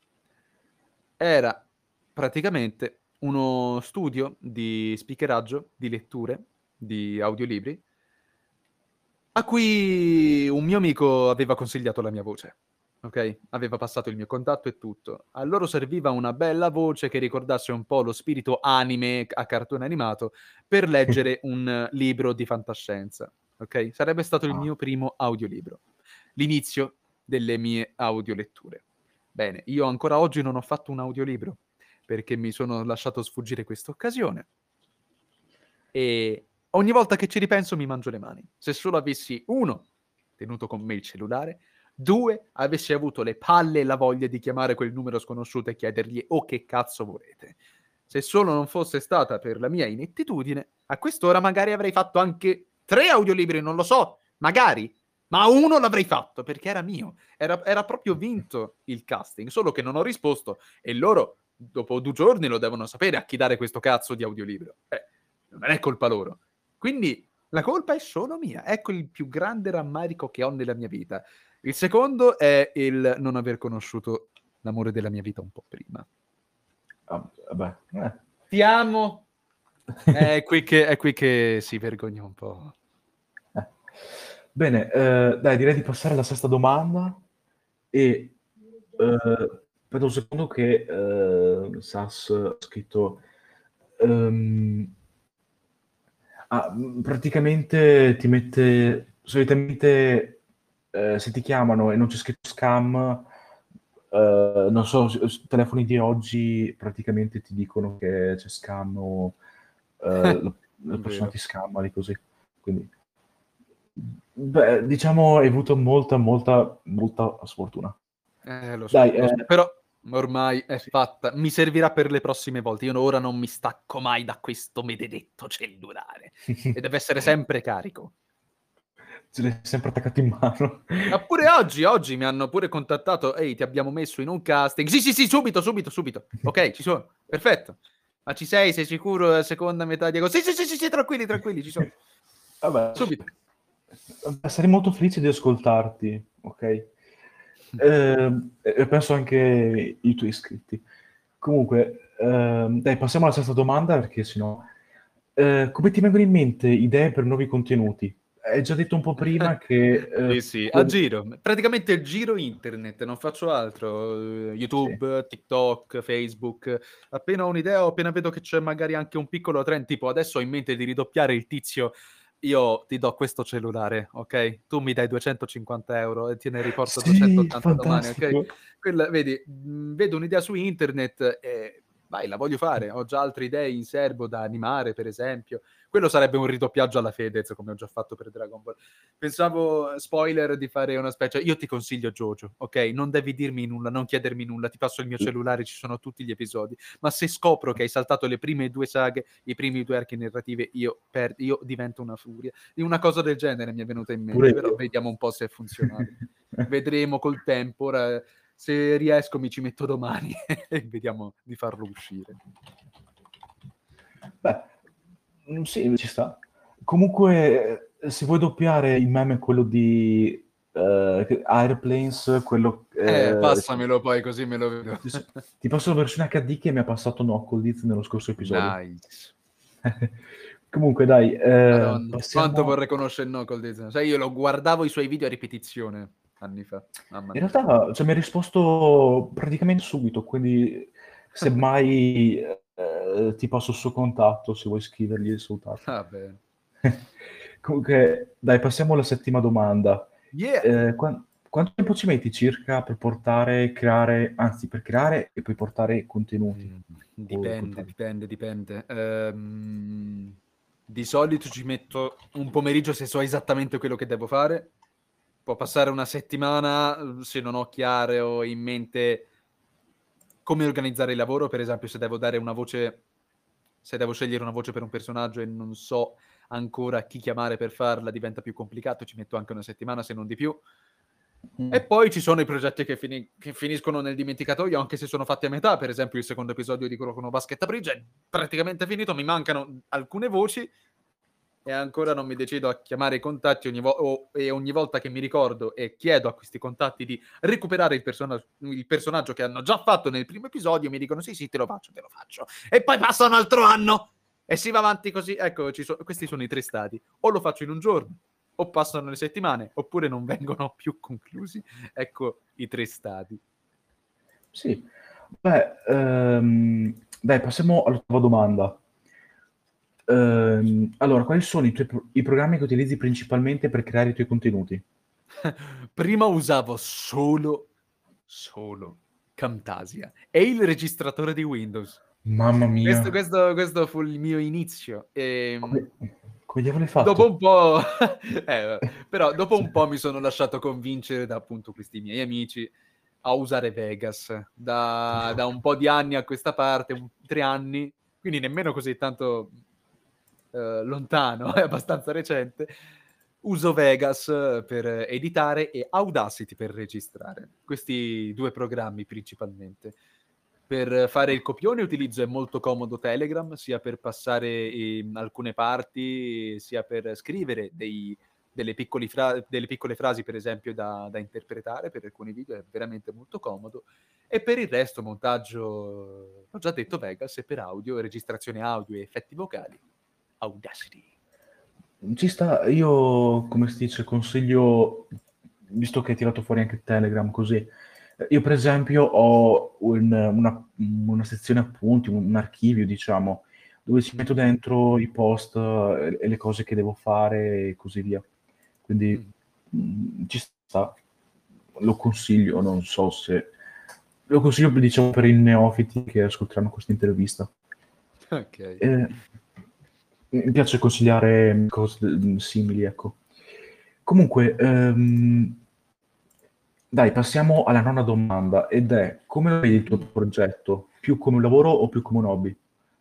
Era praticamente uno studio di speakeraggio, di letture, di audiolibri, a cui un mio amico aveva consigliato la mia voce, ok? Aveva passato il mio contatto e tutto. A loro serviva una bella voce che ricordasse un po' lo spirito anime a cartone animato per leggere un libro di fantascienza, ok? Sarebbe stato il Ah, mio primo audiolibro, l'inizio delle mie audioletture. Bene, io ancora oggi non ho fatto un audiolibro perché mi sono lasciato sfuggire questa occasione e ogni volta che ci ripenso mi mangio le mani. Se solo avessi, uno, tenuto con me il cellulare, due, avessi avuto le palle e la voglia di chiamare quel numero sconosciuto e chiedergli oh che cazzo volete. Se solo non fosse stata per la mia inettitudine, a quest'ora magari avrei fatto anche tre audiolibri, non lo so, magari, ma uno l'avrei fatto perché era mio, era, era proprio vinto il casting, solo che non ho risposto e loro dopo due giorni lo devono sapere a chi dare questo cazzo di audiolibro. Eh, non è colpa loro. Quindi la colpa è solo mia. Ecco il più grande rammarico che ho nella mia vita. Il secondo è il non aver conosciuto l'amore della mia vita un po' prima. Ah, vabbè. Eh. Ti amo. È qui che, è qui che si vergogna un po'. Eh. Bene, eh, dai, direi di passare alla sesta domanda e eh, per un secondo che eh, Sas ha scritto ehm, ah, mh, praticamente ti mette solitamente eh, se ti chiamano e non c'è scritto scam, eh, non so, s- s- telefoni di oggi praticamente ti dicono che c'è scam o eh, la, la persona Vero. ti scamma lì così. Quindi, beh, diciamo hai avuto molta, molta, molta sfortuna. Eh, lo so, Dai, lo so. eh, Però ormai è sì. fatta. Mi servirà per le prossime volte. Io ora non mi stacco mai da questo benedetto cellulare. E deve essere sempre carico. Ce l'hai sempre attaccato in mano. Ma pure oggi, oggi mi hanno pure contattato. Ehi, ti abbiamo messo in un casting. Sì, sì, sì, subito, subito, subito. Ok, ci sono. Perfetto. Ma ci sei? Sei sicuro? La seconda metà di agosto? Sì, sì, sì, sì, sì, tranquilli, tranquilli, ci sono. Vabbè, Subito. sarei molto felice di ascoltarti, ok? Eh, e penso anche i tuoi iscritti. Comunque, ehm, dai, passiamo alla sesta domanda perché sennò... Eh, come ti vengono in mente idee per nuovi contenuti? Hai già detto un po' prima che... Sì, eh, sì, a con- giro. Praticamente il giro internet, non faccio altro. Eh, Sì. YouTube, TikTok, Facebook. Appena ho un'idea o appena vedo che c'è magari anche un piccolo trend, tipo adesso ho in mente di ridoppiare il tizio, io ti do questo cellulare, ok? Tu mi dai duecentocinquanta euro e te ne riporto Sì, duecentottanta domani, ok? fantastico. Quella, vedi, mh, vedo un'idea su internet e vai, la voglio fare. Ho già altre idee in serbo da animare, per esempio. Quello sarebbe un ridoppiaggio alla Fedez, come ho già fatto per Dragon Ball. Pensavo, spoiler, di fare una specie... Io ti consiglio Jojo, ok? Non devi dirmi nulla, non chiedermi nulla, ti passo il mio cellulare, ci sono tutti gli episodi. Ma se scopro che hai saltato le prime due saghe, i primi due archi narrative, io, per... io divento una furia. Di una cosa del genere mi è venuta in mente, Pure però io. vediamo un po' se è funzionale. Vedremo col tempo. Ora, se riesco mi ci metto domani e vediamo di farlo uscire. Beh, mm, sì, ci sta. Comunque, eh, se vuoi doppiare il meme, quello di eh, Airplanes, quello... Eh, eh, passamelo poi così me lo vedo. sì, sì. Ti passo la versione acca di che mi ha passato Knuckles nello scorso episodio. Nice. Comunque, dai, eh, Madonna, quanto passiamo... vorrei conoscere Knuckle Disney. Cioè, io lo guardavo i suoi video a ripetizione anni fa. Mamma In mia. realtà, cioè, mi ha risposto praticamente subito, quindi se mai eh, ti passo il suo contatto, se vuoi scrivergli e salutarlo. Va bene. Comunque, dai, passiamo alla settima domanda. Yeah! Eh, qua- quanto tempo ci metti circa per portare, creare, anzi, per creare e poi portare contenuti? Mm, O Dipende, contenuti? dipende, dipende. Ehm, di solito ci metto un pomeriggio se so esattamente quello che devo fare. Può passare una settimana eh, se non ho chiaro o in mente come organizzare il lavoro. Per esempio, se devo dare una voce, se devo scegliere una voce per un personaggio e non so ancora chi chiamare per farla, diventa più complicato. Ci metto anche una settimana, se non di più. Mm. E poi ci sono i progetti che, fini- che finiscono nel dimenticatoio, anche se sono fatti a metà. Per esempio, il secondo episodio di Kuroko no Basket Bridge è praticamente finito. Mi mancano alcune voci e ancora non mi decido a chiamare i contatti ogni vo- o- e ogni volta che mi ricordo e chiedo a questi contatti di recuperare il, persona- il personaggio che hanno già fatto nel primo episodio, mi dicono sì sì te lo faccio, te lo faccio, e poi passa un altro anno e si va avanti così. Ecco, ci so- questi sono i tre stadi: o lo faccio in un giorno, o passano le settimane, oppure non vengono più conclusi. Ecco i tre stadi. Sì. Beh, ehm, dai, passiamo all'ottava domanda. Ehm, allora, quali sono i, tuoi pro- i programmi che utilizzi principalmente per creare i tuoi contenuti? Prima usavo solo solo Camtasia e il registratore di Windows. Mamma Questo, mia, questo, questo fu il mio inizio. E, come, come diavolo hai dopo fatto? un po', eh, però dopo un po' mi sono lasciato convincere da appunto questi miei amici a usare Vegas. Da, da un po' di anni a questa parte, un- tre anni, quindi nemmeno così tanto eh, lontano, è abbastanza recente. Uso Vegas eh, per editare e Audacity per registrare. Questi due programmi principalmente. Per fare il copione utilizzo è molto comodo Telegram, sia per passare eh, alcune parti, sia per scrivere dei, delle, piccoli fra- delle piccole frasi, per esempio, da, da interpretare per alcuni video, è veramente molto comodo. E per il resto, montaggio, ho già detto Vegas, e per audio, registrazione audio e effetti vocali, Audacity. Ci sta, io come si dice, consiglio, visto che hai tirato fuori anche Telegram così, io per esempio ho un- una, una sezione appunti, un, un archivio diciamo, dove ci metto dentro i post eh, e le cose che devo fare e così via. Quindi mm, ci sta, lo consiglio, non so se... Lo consiglio diciamo per i neofiti che ascolteranno questa intervista. Ok. Eh, mi piace consigliare cose mm, simili, ecco. Comunque, ehm, dai, passiamo alla nona domanda, ed è: come lo vedi il tuo progetto? Più come un lavoro o più come un hobby?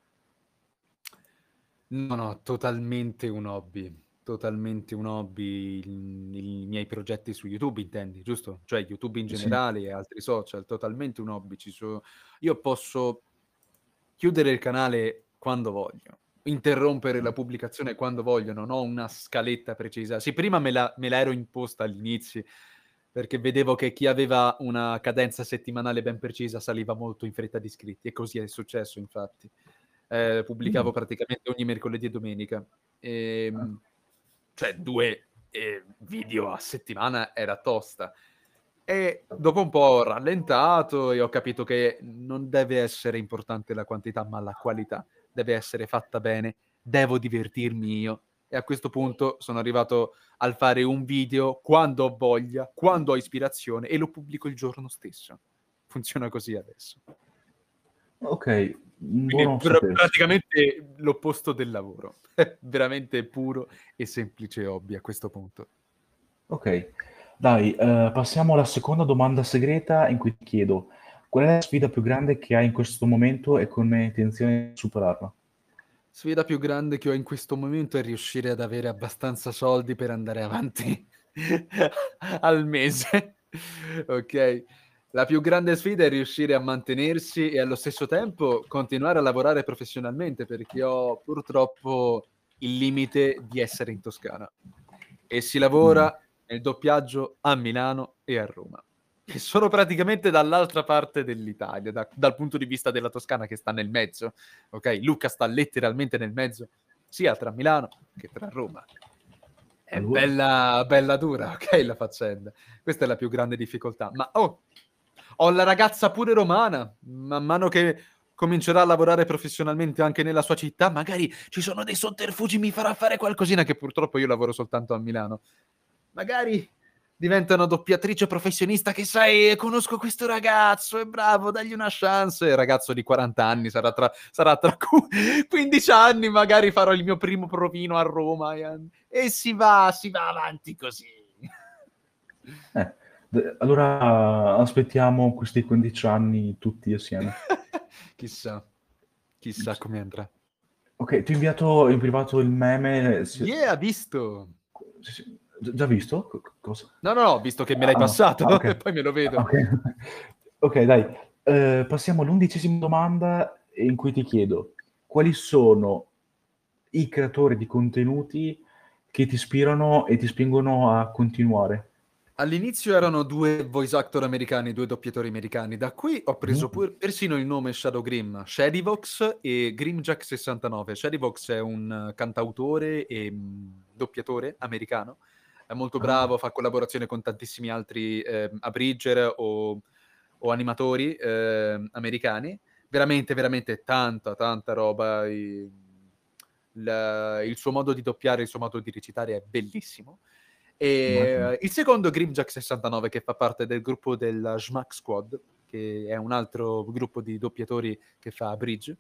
No, no, totalmente un hobby. Totalmente un hobby. I, i miei progetti su YouTube, intendi, giusto? Cioè YouTube in Sì. generale e altri social, totalmente un hobby. Ci so... Io posso chiudere il canale quando voglio, interrompere la pubblicazione quando voglio, non ho una scaletta precisa. Sì, prima me la, me la ero imposta all'inizio, perché vedevo che chi aveva una cadenza settimanale ben precisa saliva molto in fretta di iscritti, e così è successo, infatti. Eh, pubblicavo Mm. praticamente ogni mercoledì e domenica. E, cioè, due eh, video a settimana era tosta. E dopo un po' ho rallentato e ho capito che non deve essere importante la quantità, ma la qualità. Deve essere fatta bene, devo divertirmi io. E a questo punto sono arrivato al fare un video quando ho voglia, quando ho ispirazione, e lo pubblico il giorno stesso. Funziona così adesso. Ok, Quindi buono pr- sapersi. praticamente l'opposto del lavoro. Veramente puro e semplice hobby a questo punto. Ok, dai, eh, passiamo alla seconda domanda segreta in cui ti chiedo: qual è la sfida più grande che hai in questo momento e come hai intenzione di superarla? Sfida più grande che ho in questo momento è riuscire ad avere abbastanza soldi per andare avanti al mese. Ok? La più grande sfida è riuscire a mantenersi e allo stesso tempo continuare a lavorare professionalmente, perché ho purtroppo il limite di essere in Toscana. E si Mm. lavora nel doppiaggio a Milano e a Roma, che sono praticamente dall'altra parte dell'Italia, da- dal punto di vista della Toscana, che sta nel mezzo. Ok, Lucca sta letteralmente nel mezzo, sia tra Milano che tra Roma. È Allora, bella, bella dura, ok, la faccenda. Questa è la più grande difficoltà. Ma oh, ho la ragazza pure romana. Man mano che comincerà a lavorare professionalmente anche nella sua città, magari ci sono dei sotterfugi, mi farà fare qualcosina, che purtroppo io lavoro soltanto a Milano. Magari diventa una doppiatrice professionista, che sai, conosco questo ragazzo, è bravo, dagli una chance. Il ragazzo di quaranta anni, sarà tra, sarà tra quindici anni, magari farò il mio primo provino a Roma, e, e si va, si va avanti così. eh, d- allora aspettiamo questi quindici anni tutti assieme. Chissà, chissà come andrà. Ok, ti ho inviato in privato il meme. si- Yeah, ha visto? si- si- gi- già visto? Co- Cosa? No, no, no, visto che me l'hai Ah, passato, ah, ok. e poi me lo vedo. Ok, ok, dai. Eh, passiamo all'undicesima domanda in cui ti chiedo: quali sono i creatori di contenuti che ti ispirano e ti spingono a continuare? All'inizio erano due voice actor americani, due doppiatori americani, da cui ho preso Mm. pur- persino il nome Shadow Grimm, Shadivox e Grimjack sessantanove. Shadivox è un eh, cantautore e mh, doppiatore americano, è molto bravo, Ah, fa collaborazione con tantissimi altri eh, abridger o, o animatori eh, americani. Veramente, veramente tanta, tanta roba. I- il, il suo modo di doppiare, il suo modo di recitare è bellissimo. immagino. E il secondo, Grimjack sessantanove, che fa parte del gruppo del Schmack Squad, che è un altro gruppo di doppiatori che fa bridge.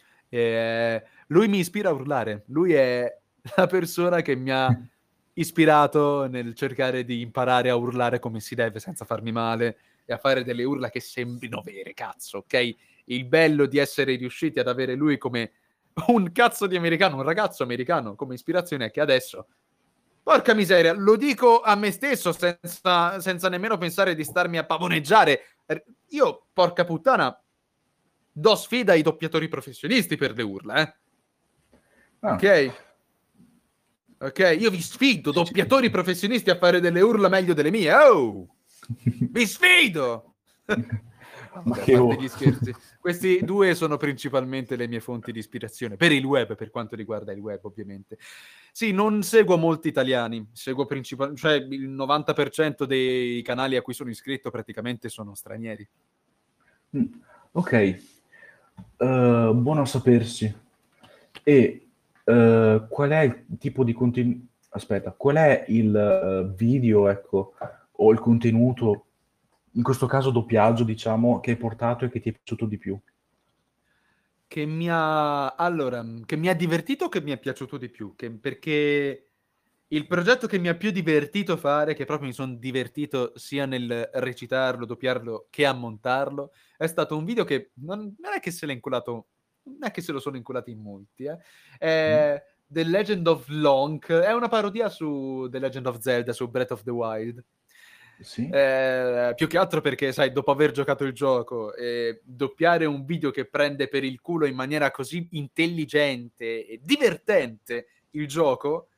E lui mi ispira a urlare. Lui è la persona che mi ha ispirato nel cercare di imparare a urlare come si deve senza farmi male e a fare delle urla che sembrino vere, cazzo, ok? Il bello di essere riusciti ad avere lui come un cazzo di americano, un ragazzo americano come ispirazione è che adesso, porca miseria, lo dico a me stesso senza, senza nemmeno pensare di starmi a pavoneggiare. Io, porca puttana, do sfida ai doppiatori professionisti per le urla, eh? Ah. Ok? Ok, io vi sfido, doppiatori professionisti, a fare delle urla meglio delle mie. Oh! Vi sfido! Ma Vabbè, che a oh. parte gli scherzi. Questi due sono principalmente le mie fonti di ispirazione, per il web, per quanto riguarda il web, ovviamente. Sì, non seguo molti italiani, seguo principalmente, cioè il novanta per cento dei canali a cui sono iscritto praticamente sono stranieri. Mm, ok, Eh, buono a sapersi. E eh, qual è il tipo di contenuto? Aspetta, qual è il eh, video, ecco, o il contenuto, in questo caso doppiaggio, diciamo, che hai portato e che ti è piaciuto di più? Che mi ha allora, che mi ha divertito o che mi è piaciuto di più? Che, perché il progetto che mi ha più divertito fare, che proprio mi sono divertito sia nel recitarlo, doppiarlo, che a montarlo, è stato un video che non, non è che se l'è inculato, non è che se lo sono inculati in molti, eh. È The Legend of Lonk, è una parodia su The Legend of Zelda, su Breath of the Wild. Sì? Eh, più che altro perché, sai, dopo aver giocato il gioco, eh, doppiare un video che prende per il culo in maniera così intelligente e divertente il gioco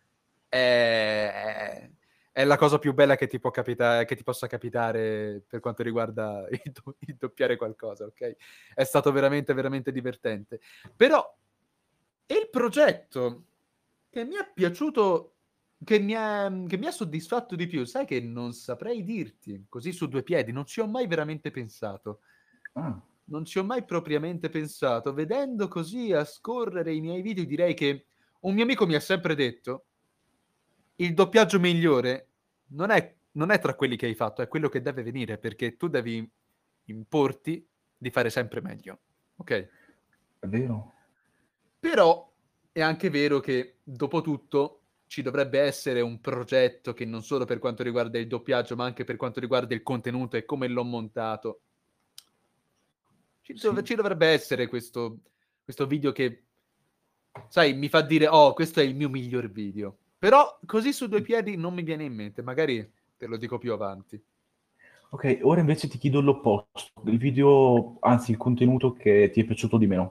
è, è la cosa più bella che ti può capitare, che ti possa capitare per quanto riguarda il, do- il doppiare qualcosa, ok? È stato veramente, veramente divertente. Però il progetto che mi è piaciuto, che mi è, che mi ha soddisfatto di più, sai che non saprei dirti, così su due piedi, non ci ho mai veramente pensato. Ah, Non ci ho mai propriamente pensato. Vedendo così a scorrere i miei video, direi che un mio amico mi ha sempre detto: il doppiaggio migliore non è, non è tra quelli che hai fatto, è quello che deve venire, perché tu devi importi di fare sempre meglio. Ok? è vero? Però è anche vero che, dopo tutto, ci dovrebbe essere un progetto che non solo per quanto riguarda il doppiaggio, ma anche per quanto riguarda il contenuto e come l'ho montato. Ci, dov- Sì. ci dovrebbe essere questo, questo video che, sai, mi fa dire, oh, questo è il mio miglior video. Però così su due piedi non mi viene in mente, magari te lo dico più avanti. Ok, ora invece ti chiedo l'opposto, il video, anzi il contenuto che ti è piaciuto di meno.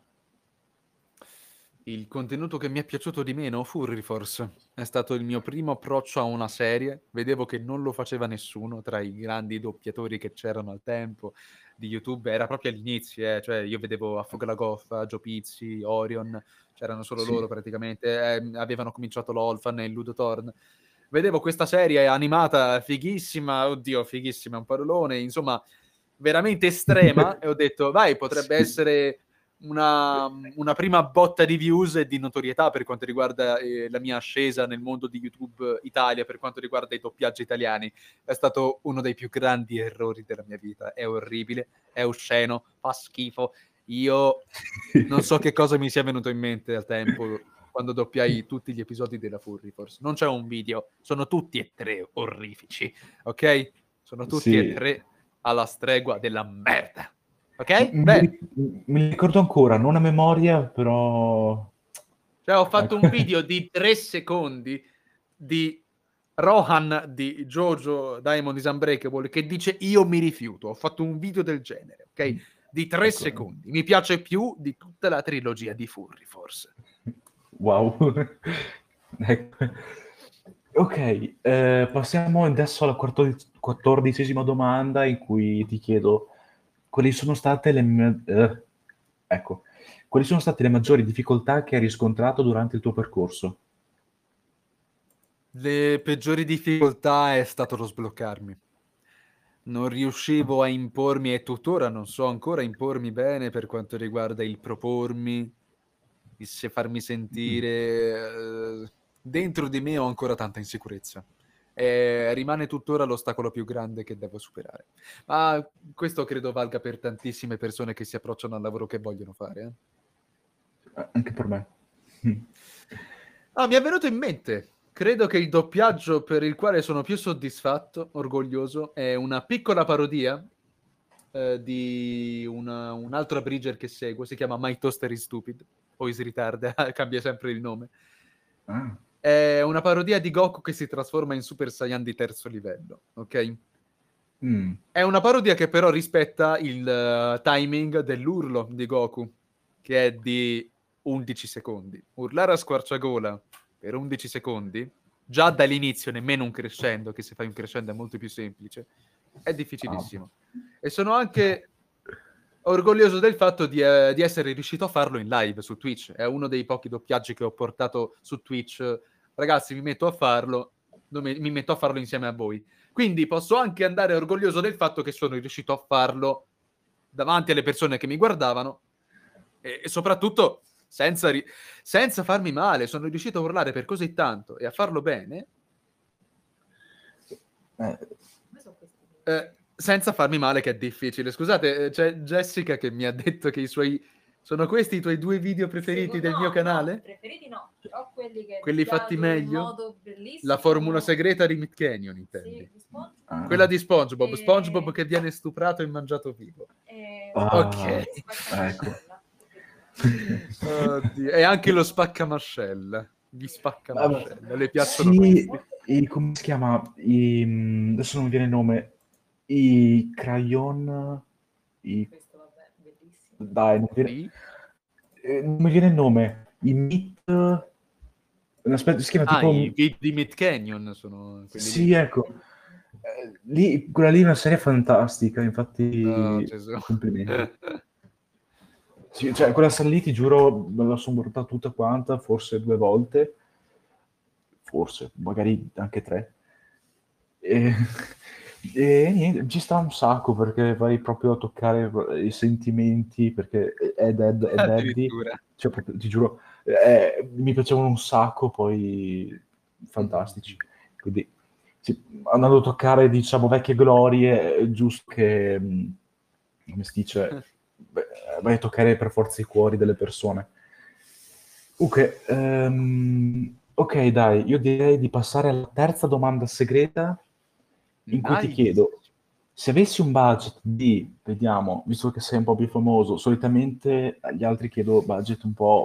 Il contenuto che mi è piaciuto di meno, Furry Force, è stato il mio primo approccio a una serie. Vedevo che non lo faceva nessuno tra i grandi doppiatori che c'erano al tempo di YouTube. Era proprio all'inizio, eh. Cioè io vedevo Affogalagoffa, Joe Pizzi, Orion, c'erano solo Sì. loro praticamente. Eh, avevano cominciato l'Olfan e il Ludotorn. Vedevo questa serie animata fighissima, oddio, fighissima, un parolone, insomma, veramente estrema, e ho detto, vai, potrebbe Sì. essere una, una prima botta di views e di notorietà per quanto riguarda eh, la mia ascesa nel mondo di YouTube Italia, per quanto riguarda i doppiaggi italiani. È stato uno dei più grandi errori della mia vita. È orribile, è osceno, fa schifo. Io non so che cosa mi sia venuto in mente al tempo quando doppiai tutti gli episodi della Furry Force. Non c'è un video, sono tutti e tre orrifici, ok? Sono tutti e Sì. tre alla stregua della merda. Ok? Mi, Bene. mi ricordo ancora, non a memoria, però... Cioè, ho fatto Ecco. un video di tre secondi di Rohan di Jojo Diamond is Unbreakable che dice io mi rifiuto. Ho fatto un video del genere, ok? Di tre Ecco. secondi. Mi piace più di tutta la trilogia di Furry Force. Wow. Ecco. Ok, eh, passiamo adesso alla quattordic- quattordicesima domanda in cui ti chiedo quali sono state le, ma- eh, ecco, quali sono state le maggiori difficoltà che hai riscontrato durante il tuo percorso? Le peggiori difficoltà è stato lo sbloccarmi. Non riuscivo a impormi e tuttora non so ancora impormi bene per quanto riguarda il propormi, il se farmi sentire. eh, dentro di me ho ancora tanta insicurezza. E rimane tuttora l'ostacolo più grande che devo superare. Ma questo credo valga per tantissime persone che si approcciano al lavoro che vogliono fare. eh. Eh, Anche per me. Ah, mi è venuto in mente. Credo che il doppiaggio per il quale sono più soddisfatto, orgoglioso, è una piccola parodia eh, di una, un altro abridger che seguo. Si chiama My Toaster is Stupid o is Retard, cambia sempre il nome. Ah, È una parodia di Goku che si trasforma in Super Saiyan di terzo livello, ok? Mm. È una parodia che però rispetta il uh, timing dell'urlo di Goku, che è di undici secondi. Urlare a squarciagola per undici secondi, già dall'inizio, nemmeno un crescendo, che se fai un crescendo è molto più semplice, è difficilissimo. Ah. E sono anche orgoglioso del fatto di, eh, di essere riuscito a farlo in live su Twitch. È uno dei pochi doppiaggi che ho portato su Twitch. Ragazzi, mi metto a farlo, mi, mi metto a farlo insieme a voi. Quindi posso anche andare orgoglioso del fatto che sono riuscito a farlo davanti alle persone che mi guardavano e, e soprattutto senza, ri- senza farmi male. Sono riuscito a urlare per così tanto e a farlo bene Eh, eh, senza farmi male, che è difficile. Scusate, eh, c'è Jessica che mi ha detto che i suoi... Sono questi i tuoi due video preferiti Secondo- del mio no, canale? no, preferiti no, però quelli che Quelli fatti doppiato in meglio? modo bellissimo. La formula segreta di Myth Canyon, intendi? Sì, di SpongeBob. Ah. Quella di SpongeBob, E- SpongeBob che viene stuprato e mangiato vivo. e- Ah, Ok. ecco. Oddio. E anche lo spaccamascella. Gli spaccamascella. Le piacciono Sì, questi? i, come si chiama? I, mm, adesso non mi viene il nome. I crayon... I, Questo vabbè, bellissimo. dai, non mi viene, Sì. eh, non mi viene il nome. I Meat... Aspetta, si chiama Ah, tipo... i video di Myth Canyon sono quelli Sì, lì. ecco. Eh, lì, quella lì è una serie fantastica, infatti Oh, Gesù. complimenti. Sì, cioè, quella serie lì, ti giuro, me la sono guardata tutta quanta, forse due volte, forse, magari anche tre. E, e niente, ci sta un sacco, perché vai proprio a toccare i sentimenti, perché Ed, Ed, Ed, Eddie, Addirittura. cioè, proprio, ti giuro, eh, mi piacevano un sacco, poi fantastici. Quindi, sì, andando a toccare, diciamo, vecchie glorie, è giusto che, mh, come si dice, beh, vai a toccare per forza i cuori delle persone. Ok, ehm, ok, dai, io direi di passare alla terza domanda segreta, in cui ti Nice. chiedo, se avessi un budget di, vediamo, visto che sei un po' più famoso, solitamente agli altri chiedo budget un po'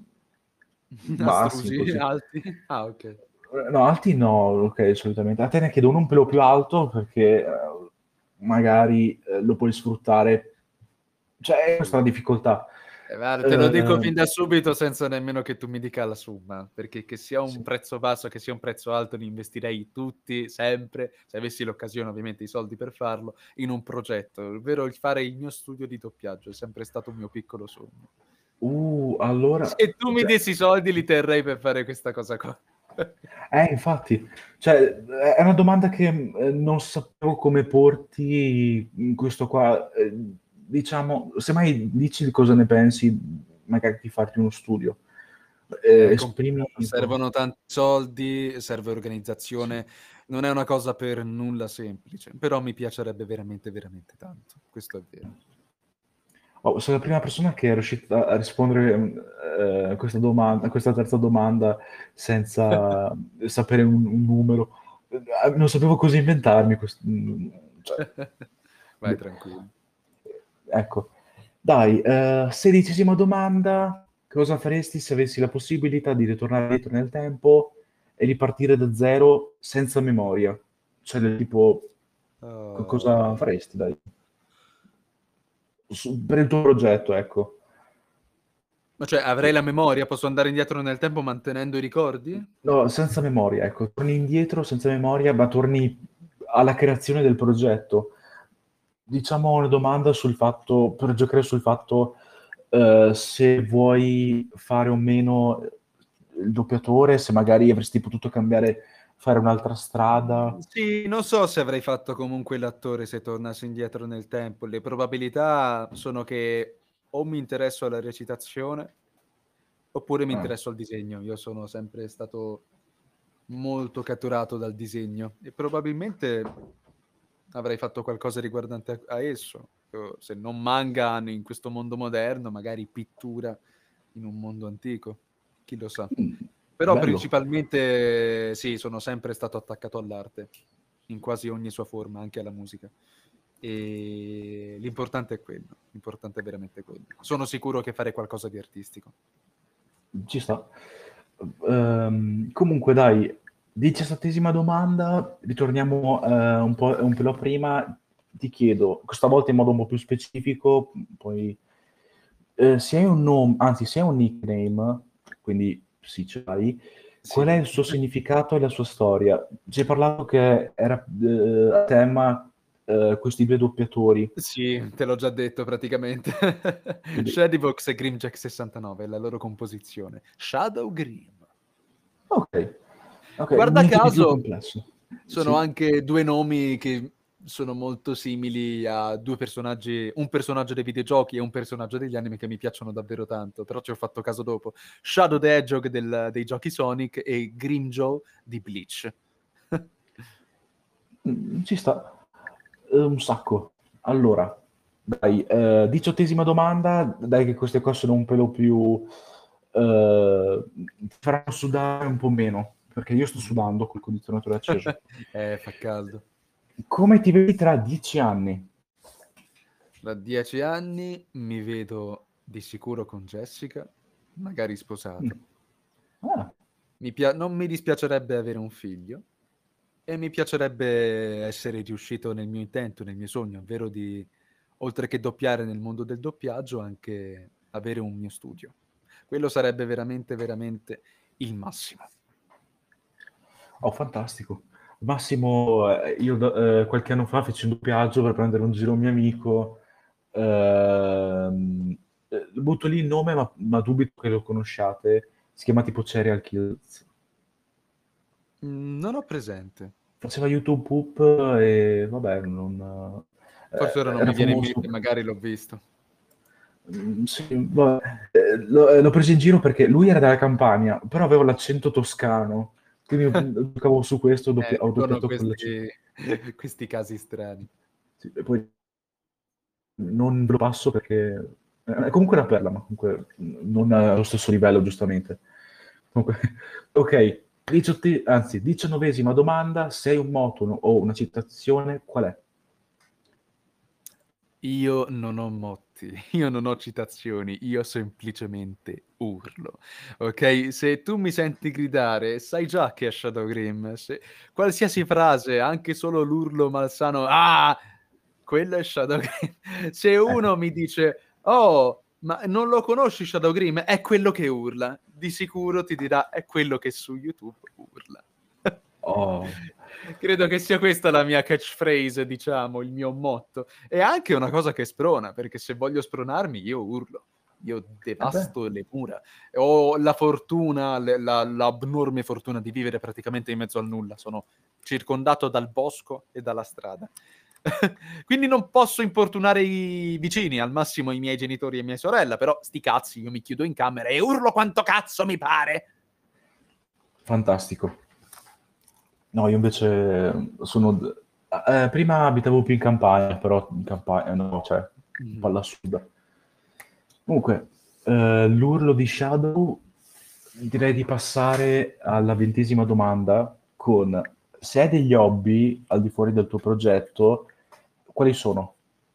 mh, bassi, Astrusi, così. alti. Ah, ok. No, alti no, ok, solitamente. A te ne chiedo uno un pelo più alto, perché eh, magari eh, lo puoi sfruttare. Cioè, è questa la difficoltà. Eh, guarda, te lo dico Eh, fin da subito senza nemmeno che tu mi dica la somma, perché che sia un sì. prezzo basso, che sia un prezzo alto, li investirei tutti, sempre, se avessi l'occasione, ovviamente, i soldi per farlo, in un progetto, ovvero il fare il mio studio di doppiaggio, è sempre stato un mio piccolo sogno. Uh, allora... Se tu mi cioè, dessi i soldi, li terrei per fare questa cosa qua. Eh, infatti, cioè, è una domanda che eh, non sapevo come porti in questo qua. Eh, diciamo, se mai dici di cosa ne pensi, magari di farti uno studio. Eh, È esprimi complicato, un po'. servono tanti soldi, serve organizzazione, non è una cosa per nulla semplice, però mi piacerebbe veramente, veramente tanto, questo è vero. Oh, sei la prima persona che è riuscita a rispondere eh, a questa domanda, a questa terza domanda senza sapere un, un numero. Eh, Non sapevo cosa inventarmi. quest- cioè, Vai tranquillo. ecco, dai, eh, sedicesima domanda. Cosa faresti se avessi la possibilità di ritornare indietro nel tempo e ripartire da zero senza memoria? Cioè, del tipo, co- cosa Oh. faresti, dai? Su- per il tuo progetto, ecco. Ma cioè, avrei la memoria, posso andare indietro nel tempo mantenendo i ricordi? No, senza memoria, ecco. Torni indietro senza memoria, ma torni alla creazione del progetto. Diciamo una domanda sul fatto, per giocare sul fatto eh, se vuoi fare o meno il doppiatore, se magari avresti potuto cambiare, fare un'altra strada. Sì, non so se avrei fatto comunque l'attore se tornassi indietro nel tempo. Le probabilità sono che o mi interesso alla recitazione oppure mi Ah. interesso al disegno. Io sono sempre stato molto catturato dal disegno e probabilmente avrei fatto qualcosa riguardante a, a esso. O se non manga in questo mondo moderno, magari pittura in un mondo antico. Chi lo sa. Mm, Però bello. principalmente sì, sono sempre stato attaccato all'arte, in quasi ogni sua forma, anche alla musica. E l'importante è quello, l'importante è veramente quello. Sono sicuro che fare qualcosa di artistico. Ci sta. Ehm, comunque, dai, diciassettesima domanda, ritorniamo eh, un po' un pelo prima. ti chiedo, questa volta in modo un po' più specifico, poi eh, se hai un nome, anzi se hai un nickname, quindi sì, ce l'hai, qual è Sì. il suo significato e la sua storia? Ci hai parlato che era eh, a tema eh, questi due doppiatori. Sì, te l'ho già detto praticamente. Quindi- Shadowbox e Grimjack sessantanove, la loro composizione. Shadow Grim. Ok, ok, Guarda niente di più caso, complesso. sono Sì. anche due nomi che sono molto simili a due personaggi, un personaggio dei videogiochi e un personaggio degli anime che mi piacciono davvero tanto, però ci ho fatto caso dopo. Shadow the Hedgehog del- dei giochi Sonic e Grimjaw di Bleach. Mm, Ci sta. Eh, un sacco. Allora, dai, eh, diciottesima domanda, dai che queste cose sono un pelo più... eh, ti faranno sudare un po' meno, perché io sto sudando col condizionatore acceso. Eh, fa caldo. Come ti vedi tra dieci anni? Da dieci anni mi vedo di sicuro con Jessica, magari sposato. Mm. Ah, Mi pia- non mi dispiacerebbe avere un figlio e mi piacerebbe essere riuscito nel mio intento, nel mio sogno, ovvero di, oltre che doppiare nel mondo del doppiaggio, anche avere un mio studio. Quello sarebbe veramente, veramente il massimo. oh, fantastico. Massimo, eh, io da- eh, qualche anno fa feci un doppiaggio per prendere un giro a un mio amico. Ehm, eh, butto lì il nome, ma, ma dubito che lo conosciate. Si chiama tipo Serial Kills. Mm, non ho presente. Faceva YouTube Poop e vabbè, non, Forse ora eh, non era mi viene in famoso. mente, magari l'ho visto. Mm, Sì, vabbè. Eh, lo- eh, l'ho preso in giro perché lui era della Campania, però aveva l'accento toscano, quindi mm, giocavo su questo, ho doppia- Eh, ho sono doppiato con l'accento. questi, questi casi strani. Sì, e poi non ve lo passo perché è comunque una perla, ma comunque non allo stesso livello, giustamente. Comunque, ok, diciotti, anzi, diciannovesima domanda, sei un moto o una citazione, qual è? Io non ho motti, io non ho citazioni, io semplicemente urlo. Ok? Se tu mi senti gridare, sai già che è Shadow Grim. Se qualsiasi frase, anche solo l'urlo malsano, ah, quello è Shadow Grim. Se uno mi dice, oh, ma non lo conosci Shadow Grim? È quello che urla. Di sicuro ti dirà, è quello che su YouTube urla. Oh, Credo che sia questa la mia catchphrase, diciamo, il mio motto. E anche una cosa che sprona, perché se voglio spronarmi io urlo, io eh beh, devasto le mura. Ho la fortuna, le- la- l'abnorme fortuna di vivere praticamente in mezzo al nulla. Sono circondato dal bosco e dalla strada. Quindi non posso importunare i vicini, al massimo i miei genitori e mia sorella, però sti cazzi, io mi chiudo in camera e urlo quanto cazzo mi pare. fantastico. No, io invece sono... eh, prima abitavo più in campagna, però in campagna, no, cioè, Mm. palla assurda. Comunque, eh, l'urlo di Shadow, direi di passare alla ventesima domanda con se hai degli hobby al di fuori del tuo progetto, quali sono?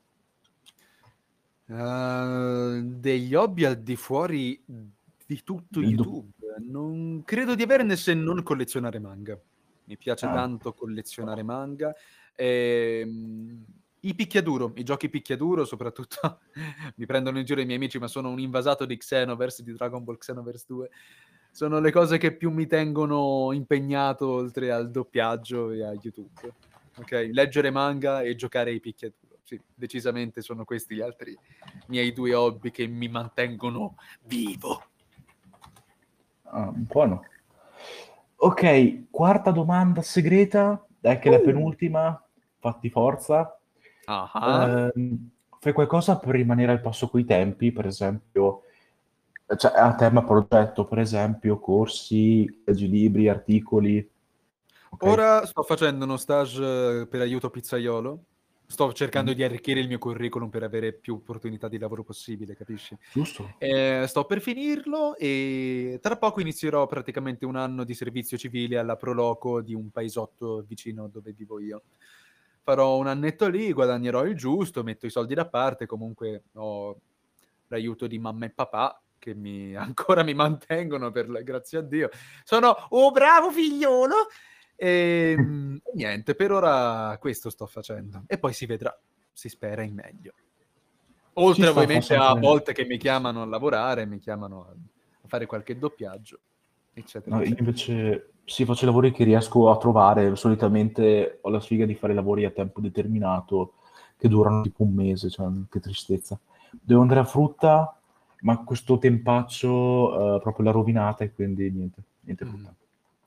Uh, degli hobby al di fuori di tutto Il do- YouTube. Non credo di averne se non collezionare manga. Mi piace Ah, tanto collezionare manga. Ehm, I picchiaduro, i giochi picchiaduro, soprattutto mi prendono in giro i miei amici, ma sono un invasato di Xenoverse, di Dragon Ball Xenoverse due. Sono le cose che più mi tengono impegnato oltre al doppiaggio e a YouTube. Ok, leggere manga e giocare ai picchiaduro. Sì, decisamente sono questi gli altri miei due hobby che mi mantengono vivo. ah, buono. Ok, quarta domanda segreta, dai che è la Uh. penultima, fatti forza. Ah, Ehm, fai qualcosa per rimanere al passo coi tempi, per esempio, cioè a tema progetto, per esempio, corsi, leggi libri, articoli, ok? ora sto facendo uno stage eh, per aiuto pizzaiolo. Sto cercando Mhm. di arricchire il mio curriculum per avere più opportunità di lavoro possibile, capisci? Giusto? Eh, sto per finirlo e tra poco inizierò praticamente un anno di servizio civile alla Proloco di un paesotto vicino dove vivo io. Farò un annetto lì, guadagnerò il giusto, metto i soldi da parte, comunque ho l'aiuto di mamma e papà che mi, ancora mi mantengono, per la, grazie a Dio. Sono un bravo figliolo E mm, niente, per ora questo sto facendo. E poi si vedrà, si spera in meglio. Oltre Ci sta, fa ovviamente a sempre... volte che mi chiamano a lavorare, mi chiamano a a fare qualche doppiaggio, eccetera, No, io eccetera. invece sì, faccio i lavori che riesco a trovare. Solitamente ho la sfiga di fare lavori a tempo determinato che durano tipo un mese, cioè che tristezza. Devo andare a frutta, ma questo tempaccio eh, proprio l'ha rovinata e quindi niente, niente Mm. frutta.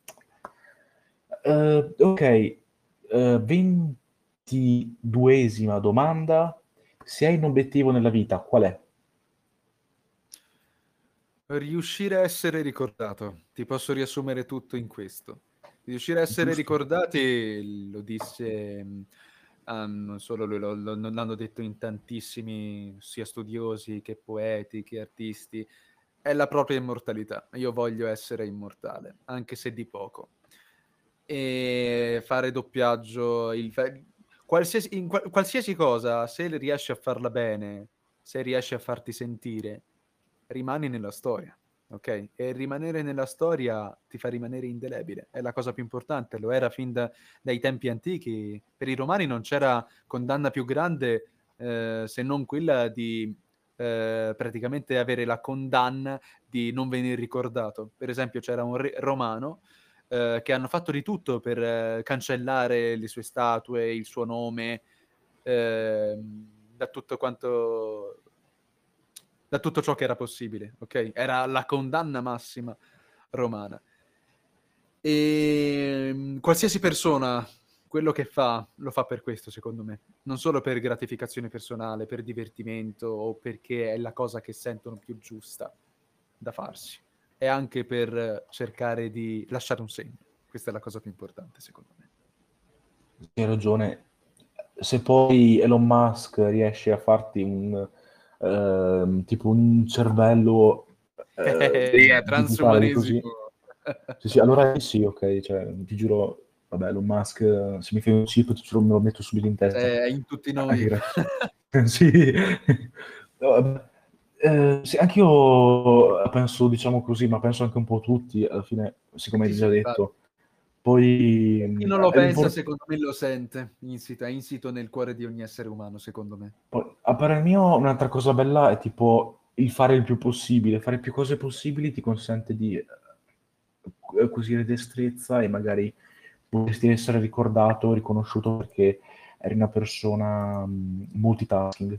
Eh, ok, eh, ventiduesima domanda. Se hai un obiettivo nella vita, qual è? Riuscire a essere ricordato, ti posso riassumere tutto in questo. Riuscire a essere Giusto. ricordati, lo disse, mh, ah, non solo lui, lo- lo- l'hanno detto in tantissimi, sia studiosi che poeti, che artisti, è la propria immortalità. Io voglio essere immortale, anche se di poco. E fare doppiaggio, il fa- qualsiasi, in qual- qualsiasi cosa, se riesci a farla bene, se riesci a farti sentire, rimani nella storia, ok? E rimanere nella storia ti fa rimanere indelebile, è la cosa più importante, lo era fin da- dai tempi antichi. Per i romani non c'era condanna più grande eh, se non quella di eh, praticamente avere la condanna di non venire ricordato. Per esempio c'era un re romano eh, che hanno fatto di tutto per eh, cancellare le sue statue, il suo nome, ehm, da tutto quanto da tutto ciò che era possibile, ok? Era la condanna massima romana. E qualsiasi persona quello che fa lo fa per questo, secondo me, non solo per gratificazione personale, per divertimento o perché è la cosa che sentono più giusta da farsi, è anche per cercare di lasciare un segno. Questa è la cosa più importante, secondo me. Hai ragione. Se poi Elon Musk riesce a farti un ehm, tipo un cervello eh, Sì, è digitale così, transumanesimo. sì, sì, allora sì, ok, cioè, ti giuro, vabbè, Elon Musk, eh, se mi fai un chip, ti giuro, me lo metto subito in testa. È in tutti Anche noi. grazie. Sì. No, vabbè. Eh, sì, anch'io penso, diciamo così, ma penso anche un po' tutti, alla fine, siccome Sì, hai sì, già infatti. detto. Poi Chi mh, non lo è pensa, l'impor- secondo me lo sente, insita, insito nel cuore di ogni essere umano, secondo me. poi, a parer mio, un'altra cosa bella è tipo il fare il più possibile. Fare più cose possibili ti consente di eh, acquisire destrezza e magari potresti essere ricordato, riconosciuto perché eri una persona mh, multitasking.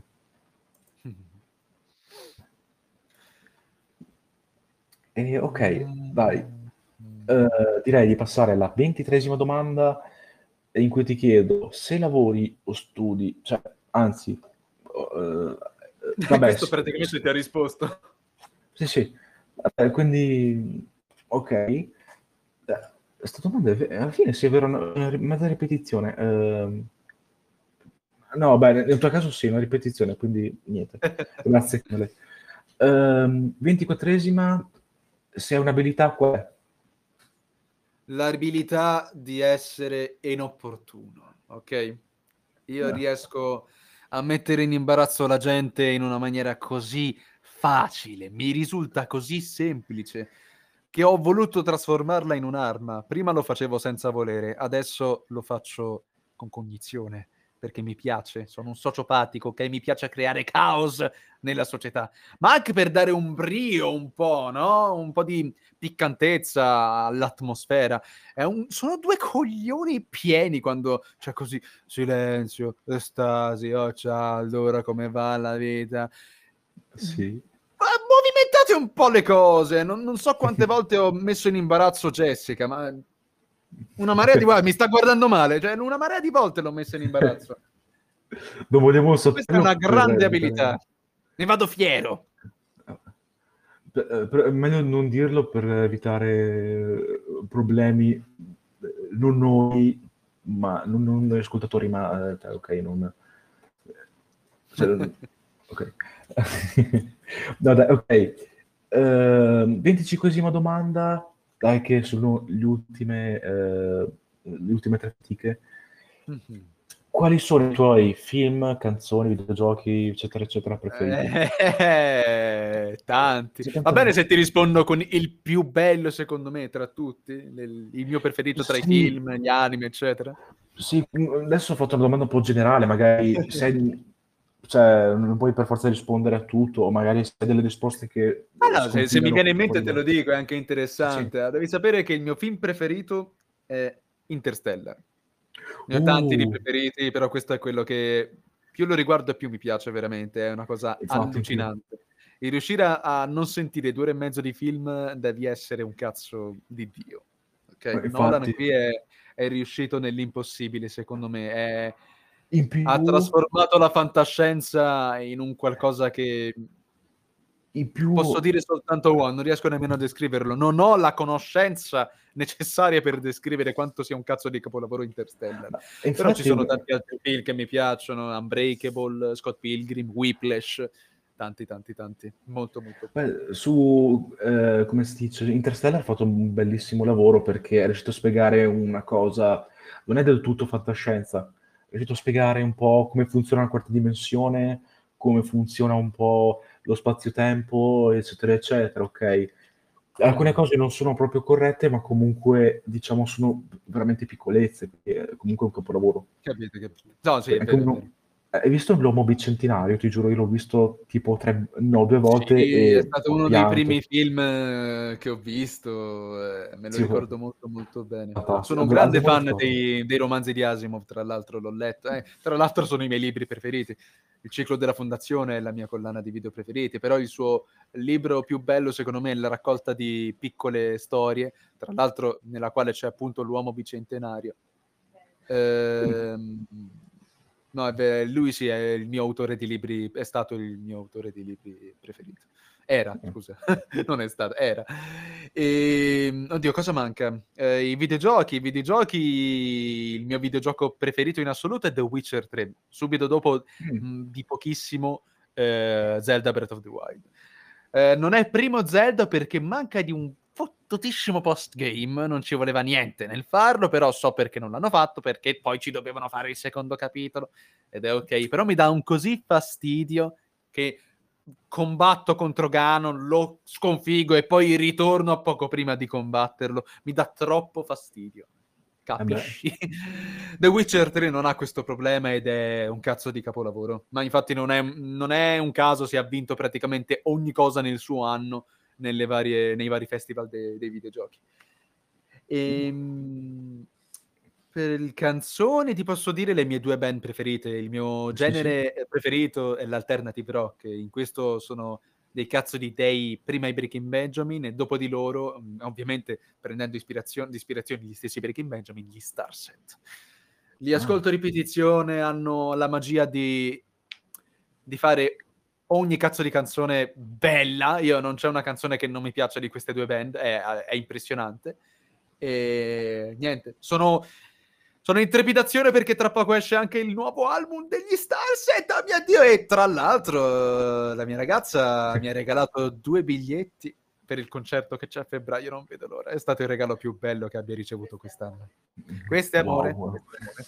E ok, dai. Eh, direi di passare alla ventitresima domanda in cui ti chiedo se lavori o studi, cioè, anzi, eh, vabbè, Questo sì, praticamente ti ha risposto. sì, sì. Vabbè, quindi, ok. Eh, Questa domanda è ve- alla fine sì, è vero, una, una ri- mezza ripetizione. Ehm, no, beh, nel tuo caso sì, una ripetizione, quindi niente. Grazie. Mele. Ehm, ventiquattresima, se hai un'abilità, qual è? L'abilità di essere inopportuno, ok? Io Ah, riesco a mettere in imbarazzo la gente in una maniera così facile, mi risulta così semplice, che ho voluto trasformarla in un'arma. Prima lo facevo senza volere, adesso lo faccio con cognizione, perché mi piace, sono un sociopatico, ok? Mi piace creare caos nella società, ma anche per dare un brio un po', no? Un po' di piccantezza all'atmosfera. È un... Sono due coglioni pieni quando c'è così silenzio, estasi, oh ciao, allora come va la vita? sì. Ma movimentate un po' le cose, non, non so quante volte ho messo in imbarazzo Jessica, ma una marea di volte, mi sta guardando male, cioè una marea di volte l'ho messa in imbarazzo. Non volevo Questa è una saperlo per grande evitare... abilità, ne vado fiero. per- eh, per- è meglio non dirlo per evitare eh, problemi, eh, non noi, ma non, non noi ascoltatori, ma eh, cioè, ok, non... cioè, ok. No, dai, ok. Ehm, venticinquesima domanda, dai che sono le ultime, eh, le ultime tre fatiche. Mhm. quali sono i tuoi film, canzoni, videogiochi, eccetera, eccetera, preferiti? Eh, tanti. Sì, Va tanto- bene se ti rispondo con il più bello secondo me tra tutti, il, il mio preferito tra i Sì, film, gli anime, eccetera. sì, mm, adesso ho fatto una domanda un po' generale, magari se, cioè, non puoi per forza rispondere a tutto, o magari se hai delle risposte che eh, Ah, no, se, se mi sconfinano viene in fuori mente te da... lo dico, è anche Sì. interessante. Ah, devi sapere che il mio film preferito è Interstellar. Ne ho tanti di Uh, preferiti, però questo è quello che più lo riguardo e più mi piace veramente, è una cosa infatti, anch'io. allucinante. E riuscire a, a non sentire due ore e mezzo di film devi essere un cazzo di Dio. Ok? Nolan Infatti, qui è, è riuscito nell'impossibile, secondo me. È- in ha più, trasformato la fantascienza in un qualcosa che in più, posso dire soltanto one, non riesco nemmeno a descriverlo. Non ho la conoscenza necessaria per descrivere quanto sia un cazzo di capolavoro Interstellar. ma Però ci infatti, sono tanti altri film che mi piacciono, Unbreakable, Scott Pilgrim, Whiplash, tanti, tanti, tanti. Molto, molto belli. beh, su, eh, come si dice, Interstellar ha fatto un bellissimo lavoro perché è riuscito a spiegare una cosa, non è del tutto fantascienza, è riuscito a spiegare un po' come funziona la quarta dimensione, come funziona un po' lo spazio-tempo, eccetera, eccetera, ok? Alcune Mm. cose non sono proprio corrette, ma comunque, diciamo, sono veramente piccolezze, perché è comunque un capolavoro. Capite, capite. No, sì, Cioè, è anche vero, è uno- vero. Hai visto l'Uomo Bicentenario? Ti giuro, io l'ho visto tipo tre, no, due volte Sì, è e stato ho uno dei primi pianto. film eh, che ho visto, eh, me lo Sì, ricordo molto molto bene. fantastico. Sono un Ad- grande Abbiamo fan risposto. dei, dei romanzi di Asimov, tra l'altro l'ho letto. Eh, tra l'altro sono i miei libri preferiti. Il ciclo della fondazione è la mia collana di video preferiti, però il suo libro più bello secondo me è la raccolta di piccole storie, tra l'altro nella quale c'è appunto l'uomo bicentenario. Ehm, no, è ve- lui sì, è il mio autore di libri, è stato il mio autore di libri preferito. Era, scusa, non è stato, era. E, oddio, cosa manca? Eh, I videogiochi, i videogiochi, il mio videogioco preferito in assoluto è The Witcher tre, subito dopo Mm. mh, di pochissimo eh, Zelda Breath of the Wild. Eh, non è il primo Zelda perché manca di un fottutissimo post-game, non ci voleva niente nel farlo, però so perché non l'hanno fatto, perché poi ci dovevano fare il secondo capitolo, ed è ok, però mi dà un così fastidio che combatto contro Ganon, lo sconfigo e poi ritorno poco prima di combatterlo, mi dà troppo fastidio. Capisci? The Witcher tre non ha questo problema ed è un cazzo di capolavoro. Ma infatti non è, non è un caso se ha vinto praticamente ogni cosa nel suo anno nelle varie, nei vari festival de- dei videogiochi. Ehm, per il canzone ti posso dire le mie due band preferite. Il mio Sì, sì. genere preferito è l'alternative rock. In questo sono dei cazzo di dei prima i Breaking Benjamin e dopo di loro, mh, ovviamente prendendo ispirazione, di ispirazione gli stessi Breaking Benjamin, gli Starset. Li Ah. ascolto a ripetizione, hanno la magia di, di fare ogni cazzo di canzone bella. Io non c'è una canzone che non mi piaccia di queste due band, è, è impressionante. E niente, sono, sono in trepidazione perché tra poco esce anche il nuovo album degli Starset, oh mio Dio! E tra l'altro eh, la mia ragazza mi ha regalato due biglietti per il concerto che c'è a febbraio, non vedo l'ora. È stato il regalo più bello che abbia ricevuto quest'anno. Questo è amore. Wow, wow. Questo è amore.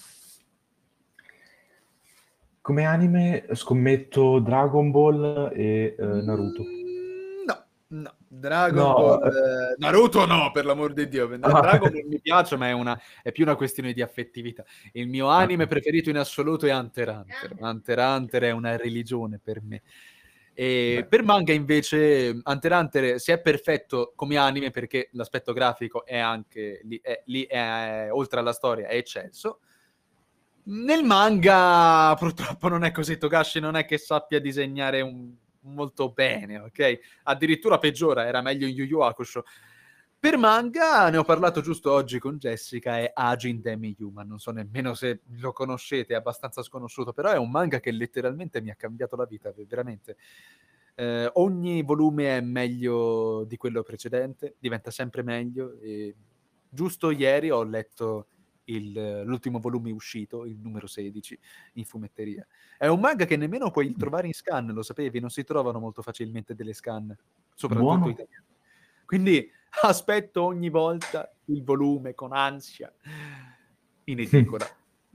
Come anime scommetto Dragon Ball e eh, Naruto. Mm, no, no, Dragon No, Ball, eh, eh, Naruto no, per l'amor di Dio. Eh, ah, Dragon Ball mi piace, ma è, una, è più una questione di affettività. Il mio anime ah, preferito in assoluto è Hunter x Hunter. Hunter x Hunter è una religione per me. E beh, per manga invece Hunter x Hunter se è perfetto come anime perché l'aspetto grafico è anche lì, è, lì è, oltre alla storia è eccelso. Nel manga purtroppo non è così, Togashi non è che sappia disegnare un, molto bene, ok? Addirittura peggiora, era meglio in Yu Yu Hakusho. Per manga, ne ho parlato giusto oggi con Jessica, è Ajin Demi Human, non so nemmeno se lo conoscete, è abbastanza sconosciuto, però è un manga che letteralmente mi ha cambiato la vita, veramente. Eh, ogni volume è meglio di quello precedente, diventa sempre meglio. E giusto ieri ho letto il, l'ultimo volume uscito, il numero sedici, in fumetteria. È un manga che nemmeno puoi trovare in scan, lo sapevi? Non si trovano molto facilmente delle scan, soprattutto buono. italiane. Quindi aspetto ogni volta il volume con ansia, in edicola.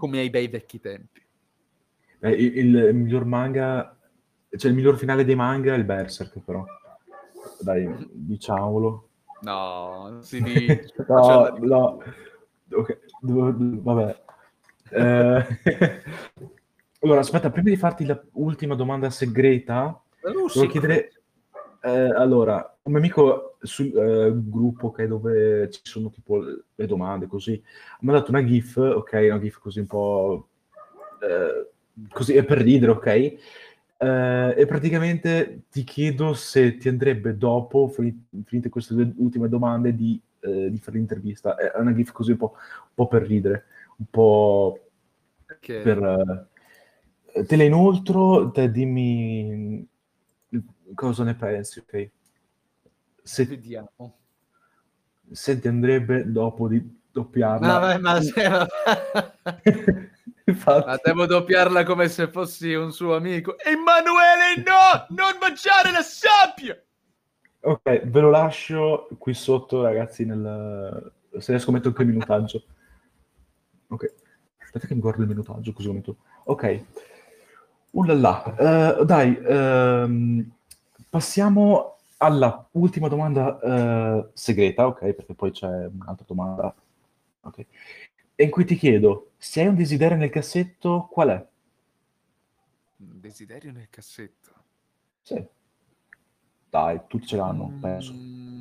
come ai bei vecchi tempi. Eh, il, il miglior manga, cioè il miglior finale dei manga è il Berserk, però. Dai, diciamolo. No, non si dice. No, Facella di- no. Ok, devo- vabbè. Eh, Allora, aspetta, prima di farti l'ultima domanda segreta, Oh, volevo sì, chiedere, eh, allora, un mio amico sul eh, gruppo che è dove ci sono tipo le domande, così, mi ha dato una GIF, ok, una GIF così un po', eh, così, è per ridere, ok? Eh, e praticamente ti chiedo se ti andrebbe dopo, fini- finite queste due ultime domande, di, eh, di fare l'intervista. È una GIF così un po', un po' per ridere, un po' Ok. per... eh, te la inoltro, te dimmi cosa ne pensi, ok? Se, Vediamo. se ti andrebbe dopo di doppiarla. Vabbè, ma, se- ma Infatti, devo doppiarla come se fossi un suo amico. Emanuele, no! Non mangiare la sabbia! ok, ve lo lascio qui sotto, ragazzi, nel... se riesco metto anche il minutaggio. Ok, aspetta che mi guardo il minutaggio, così lo metto. Ok. Ullala. Eh, dai, ehm, passiamo alla ultima domanda eh, segreta, ok? Perché poi c'è un'altra domanda. Ok. E in cui ti chiedo, se hai un desiderio nel cassetto, qual è? Un desiderio nel cassetto. Sì. Dai, tutti ce l'hanno, penso.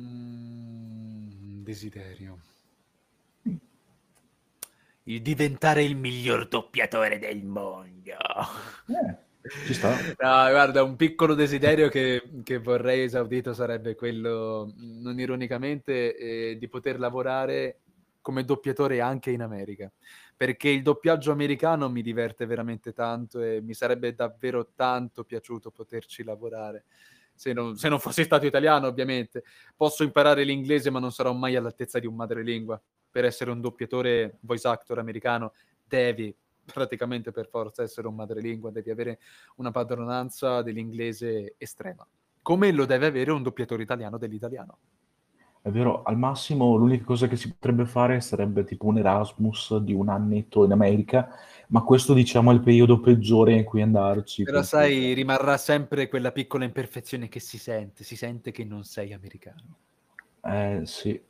Mm, desiderio. Il diventare il miglior doppiatore del mondo. Eh, ci sta. No, guarda, un piccolo desiderio che, che vorrei esaudito sarebbe quello, non ironicamente, eh, di poter lavorare come doppiatore anche in America, perché il doppiaggio americano mi diverte veramente tanto e mi sarebbe davvero tanto piaciuto poterci lavorare. Se non, se non fossi stato italiano, ovviamente. Posso imparare l'inglese, ma non sarò mai all'altezza di un madrelingua. Per essere un doppiatore voice actor americano devi praticamente per forza essere un madrelingua, devi avere una padronanza dell'inglese estrema, come lo deve avere un doppiatore italiano dell'italiano. È vero, al massimo l'unica cosa che si potrebbe fare sarebbe tipo un Erasmus di un annetto in America, ma questo diciamo è il periodo peggiore in cui andarci. Però perché- sai, rimarrà sempre quella piccola imperfezione che si sente, si sente che non sei americano. Eh, sì.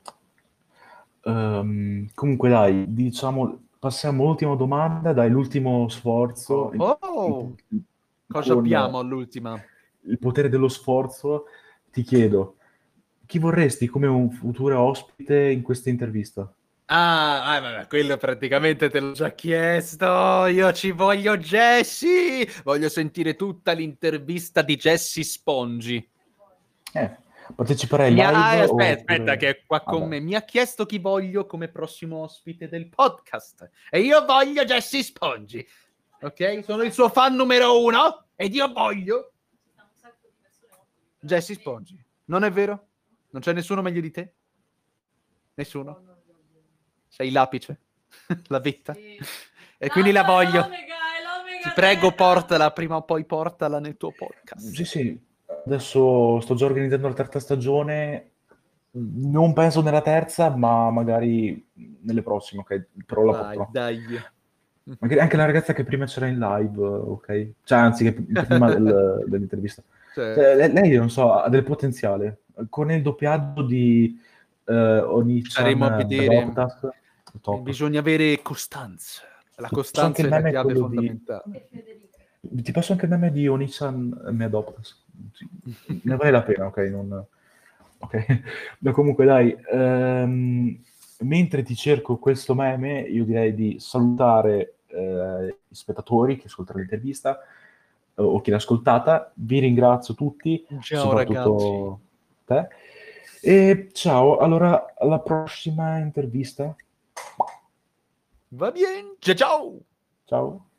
Ehm, comunque dai, diciamo, passiamo all'ultima domanda, dai, l'ultimo sforzo. Oh, oh! il- Cosa con abbiamo all'ultima? il potere dello sforzo, ti chiedo, chi vorresti come un futuro ospite in questa intervista? Ah, ah, vabbè, quello praticamente te l'ho già chiesto. Io ci voglio Jessie. Voglio sentire tutta l'intervista di Jessie Spongi. Eh, parteciperai Mi ha- live ah, aspetta, oppure- aspetta, che è qua con Vabbè. me. Mi ha chiesto chi voglio come prossimo ospite del podcast. E io voglio Jessie Spongi. Ok? Sono il suo fan numero uno. Ed io voglio Jessie Spongi. Non è vero? Non c'è nessuno meglio di te? Nessuno? Sei l'apice, la vetta. E quindi la voglio. Ti prego, portala prima o poi, portala nel tuo podcast. Sì, sì, adesso sto già organizzando la terza stagione, non penso nella terza, ma magari nelle prossime, ok? Però la Dai, porterò. dai. Magari anche la ragazza che prima c'era in live, ok? Cioè, anzi, che prima del- dell'intervista. Certo. Cioè, lei, lei, non so, ha del potenziale. Con il doppiaggio di eh, Oni-chan Staremo a vedere. Doctas, top. Bisogna avere costanza. La Ti passo anche costanza il è la meme chiave quello di- fondamentale. Ti passo anche il meme di Oni-chan mi adoptas. Ne vale la pena, ok? Non... ok. No, comunque, dai, ehm, mentre ti cerco questo meme, io direi di salutare eh, i spettatori che ascoltano l'intervista eh, o chi l'ha ascoltata. Vi ringrazio tutti, Ciao, soprattutto te. E ciao, allora alla prossima intervista. Va bene. Ciao ciao. Ciao.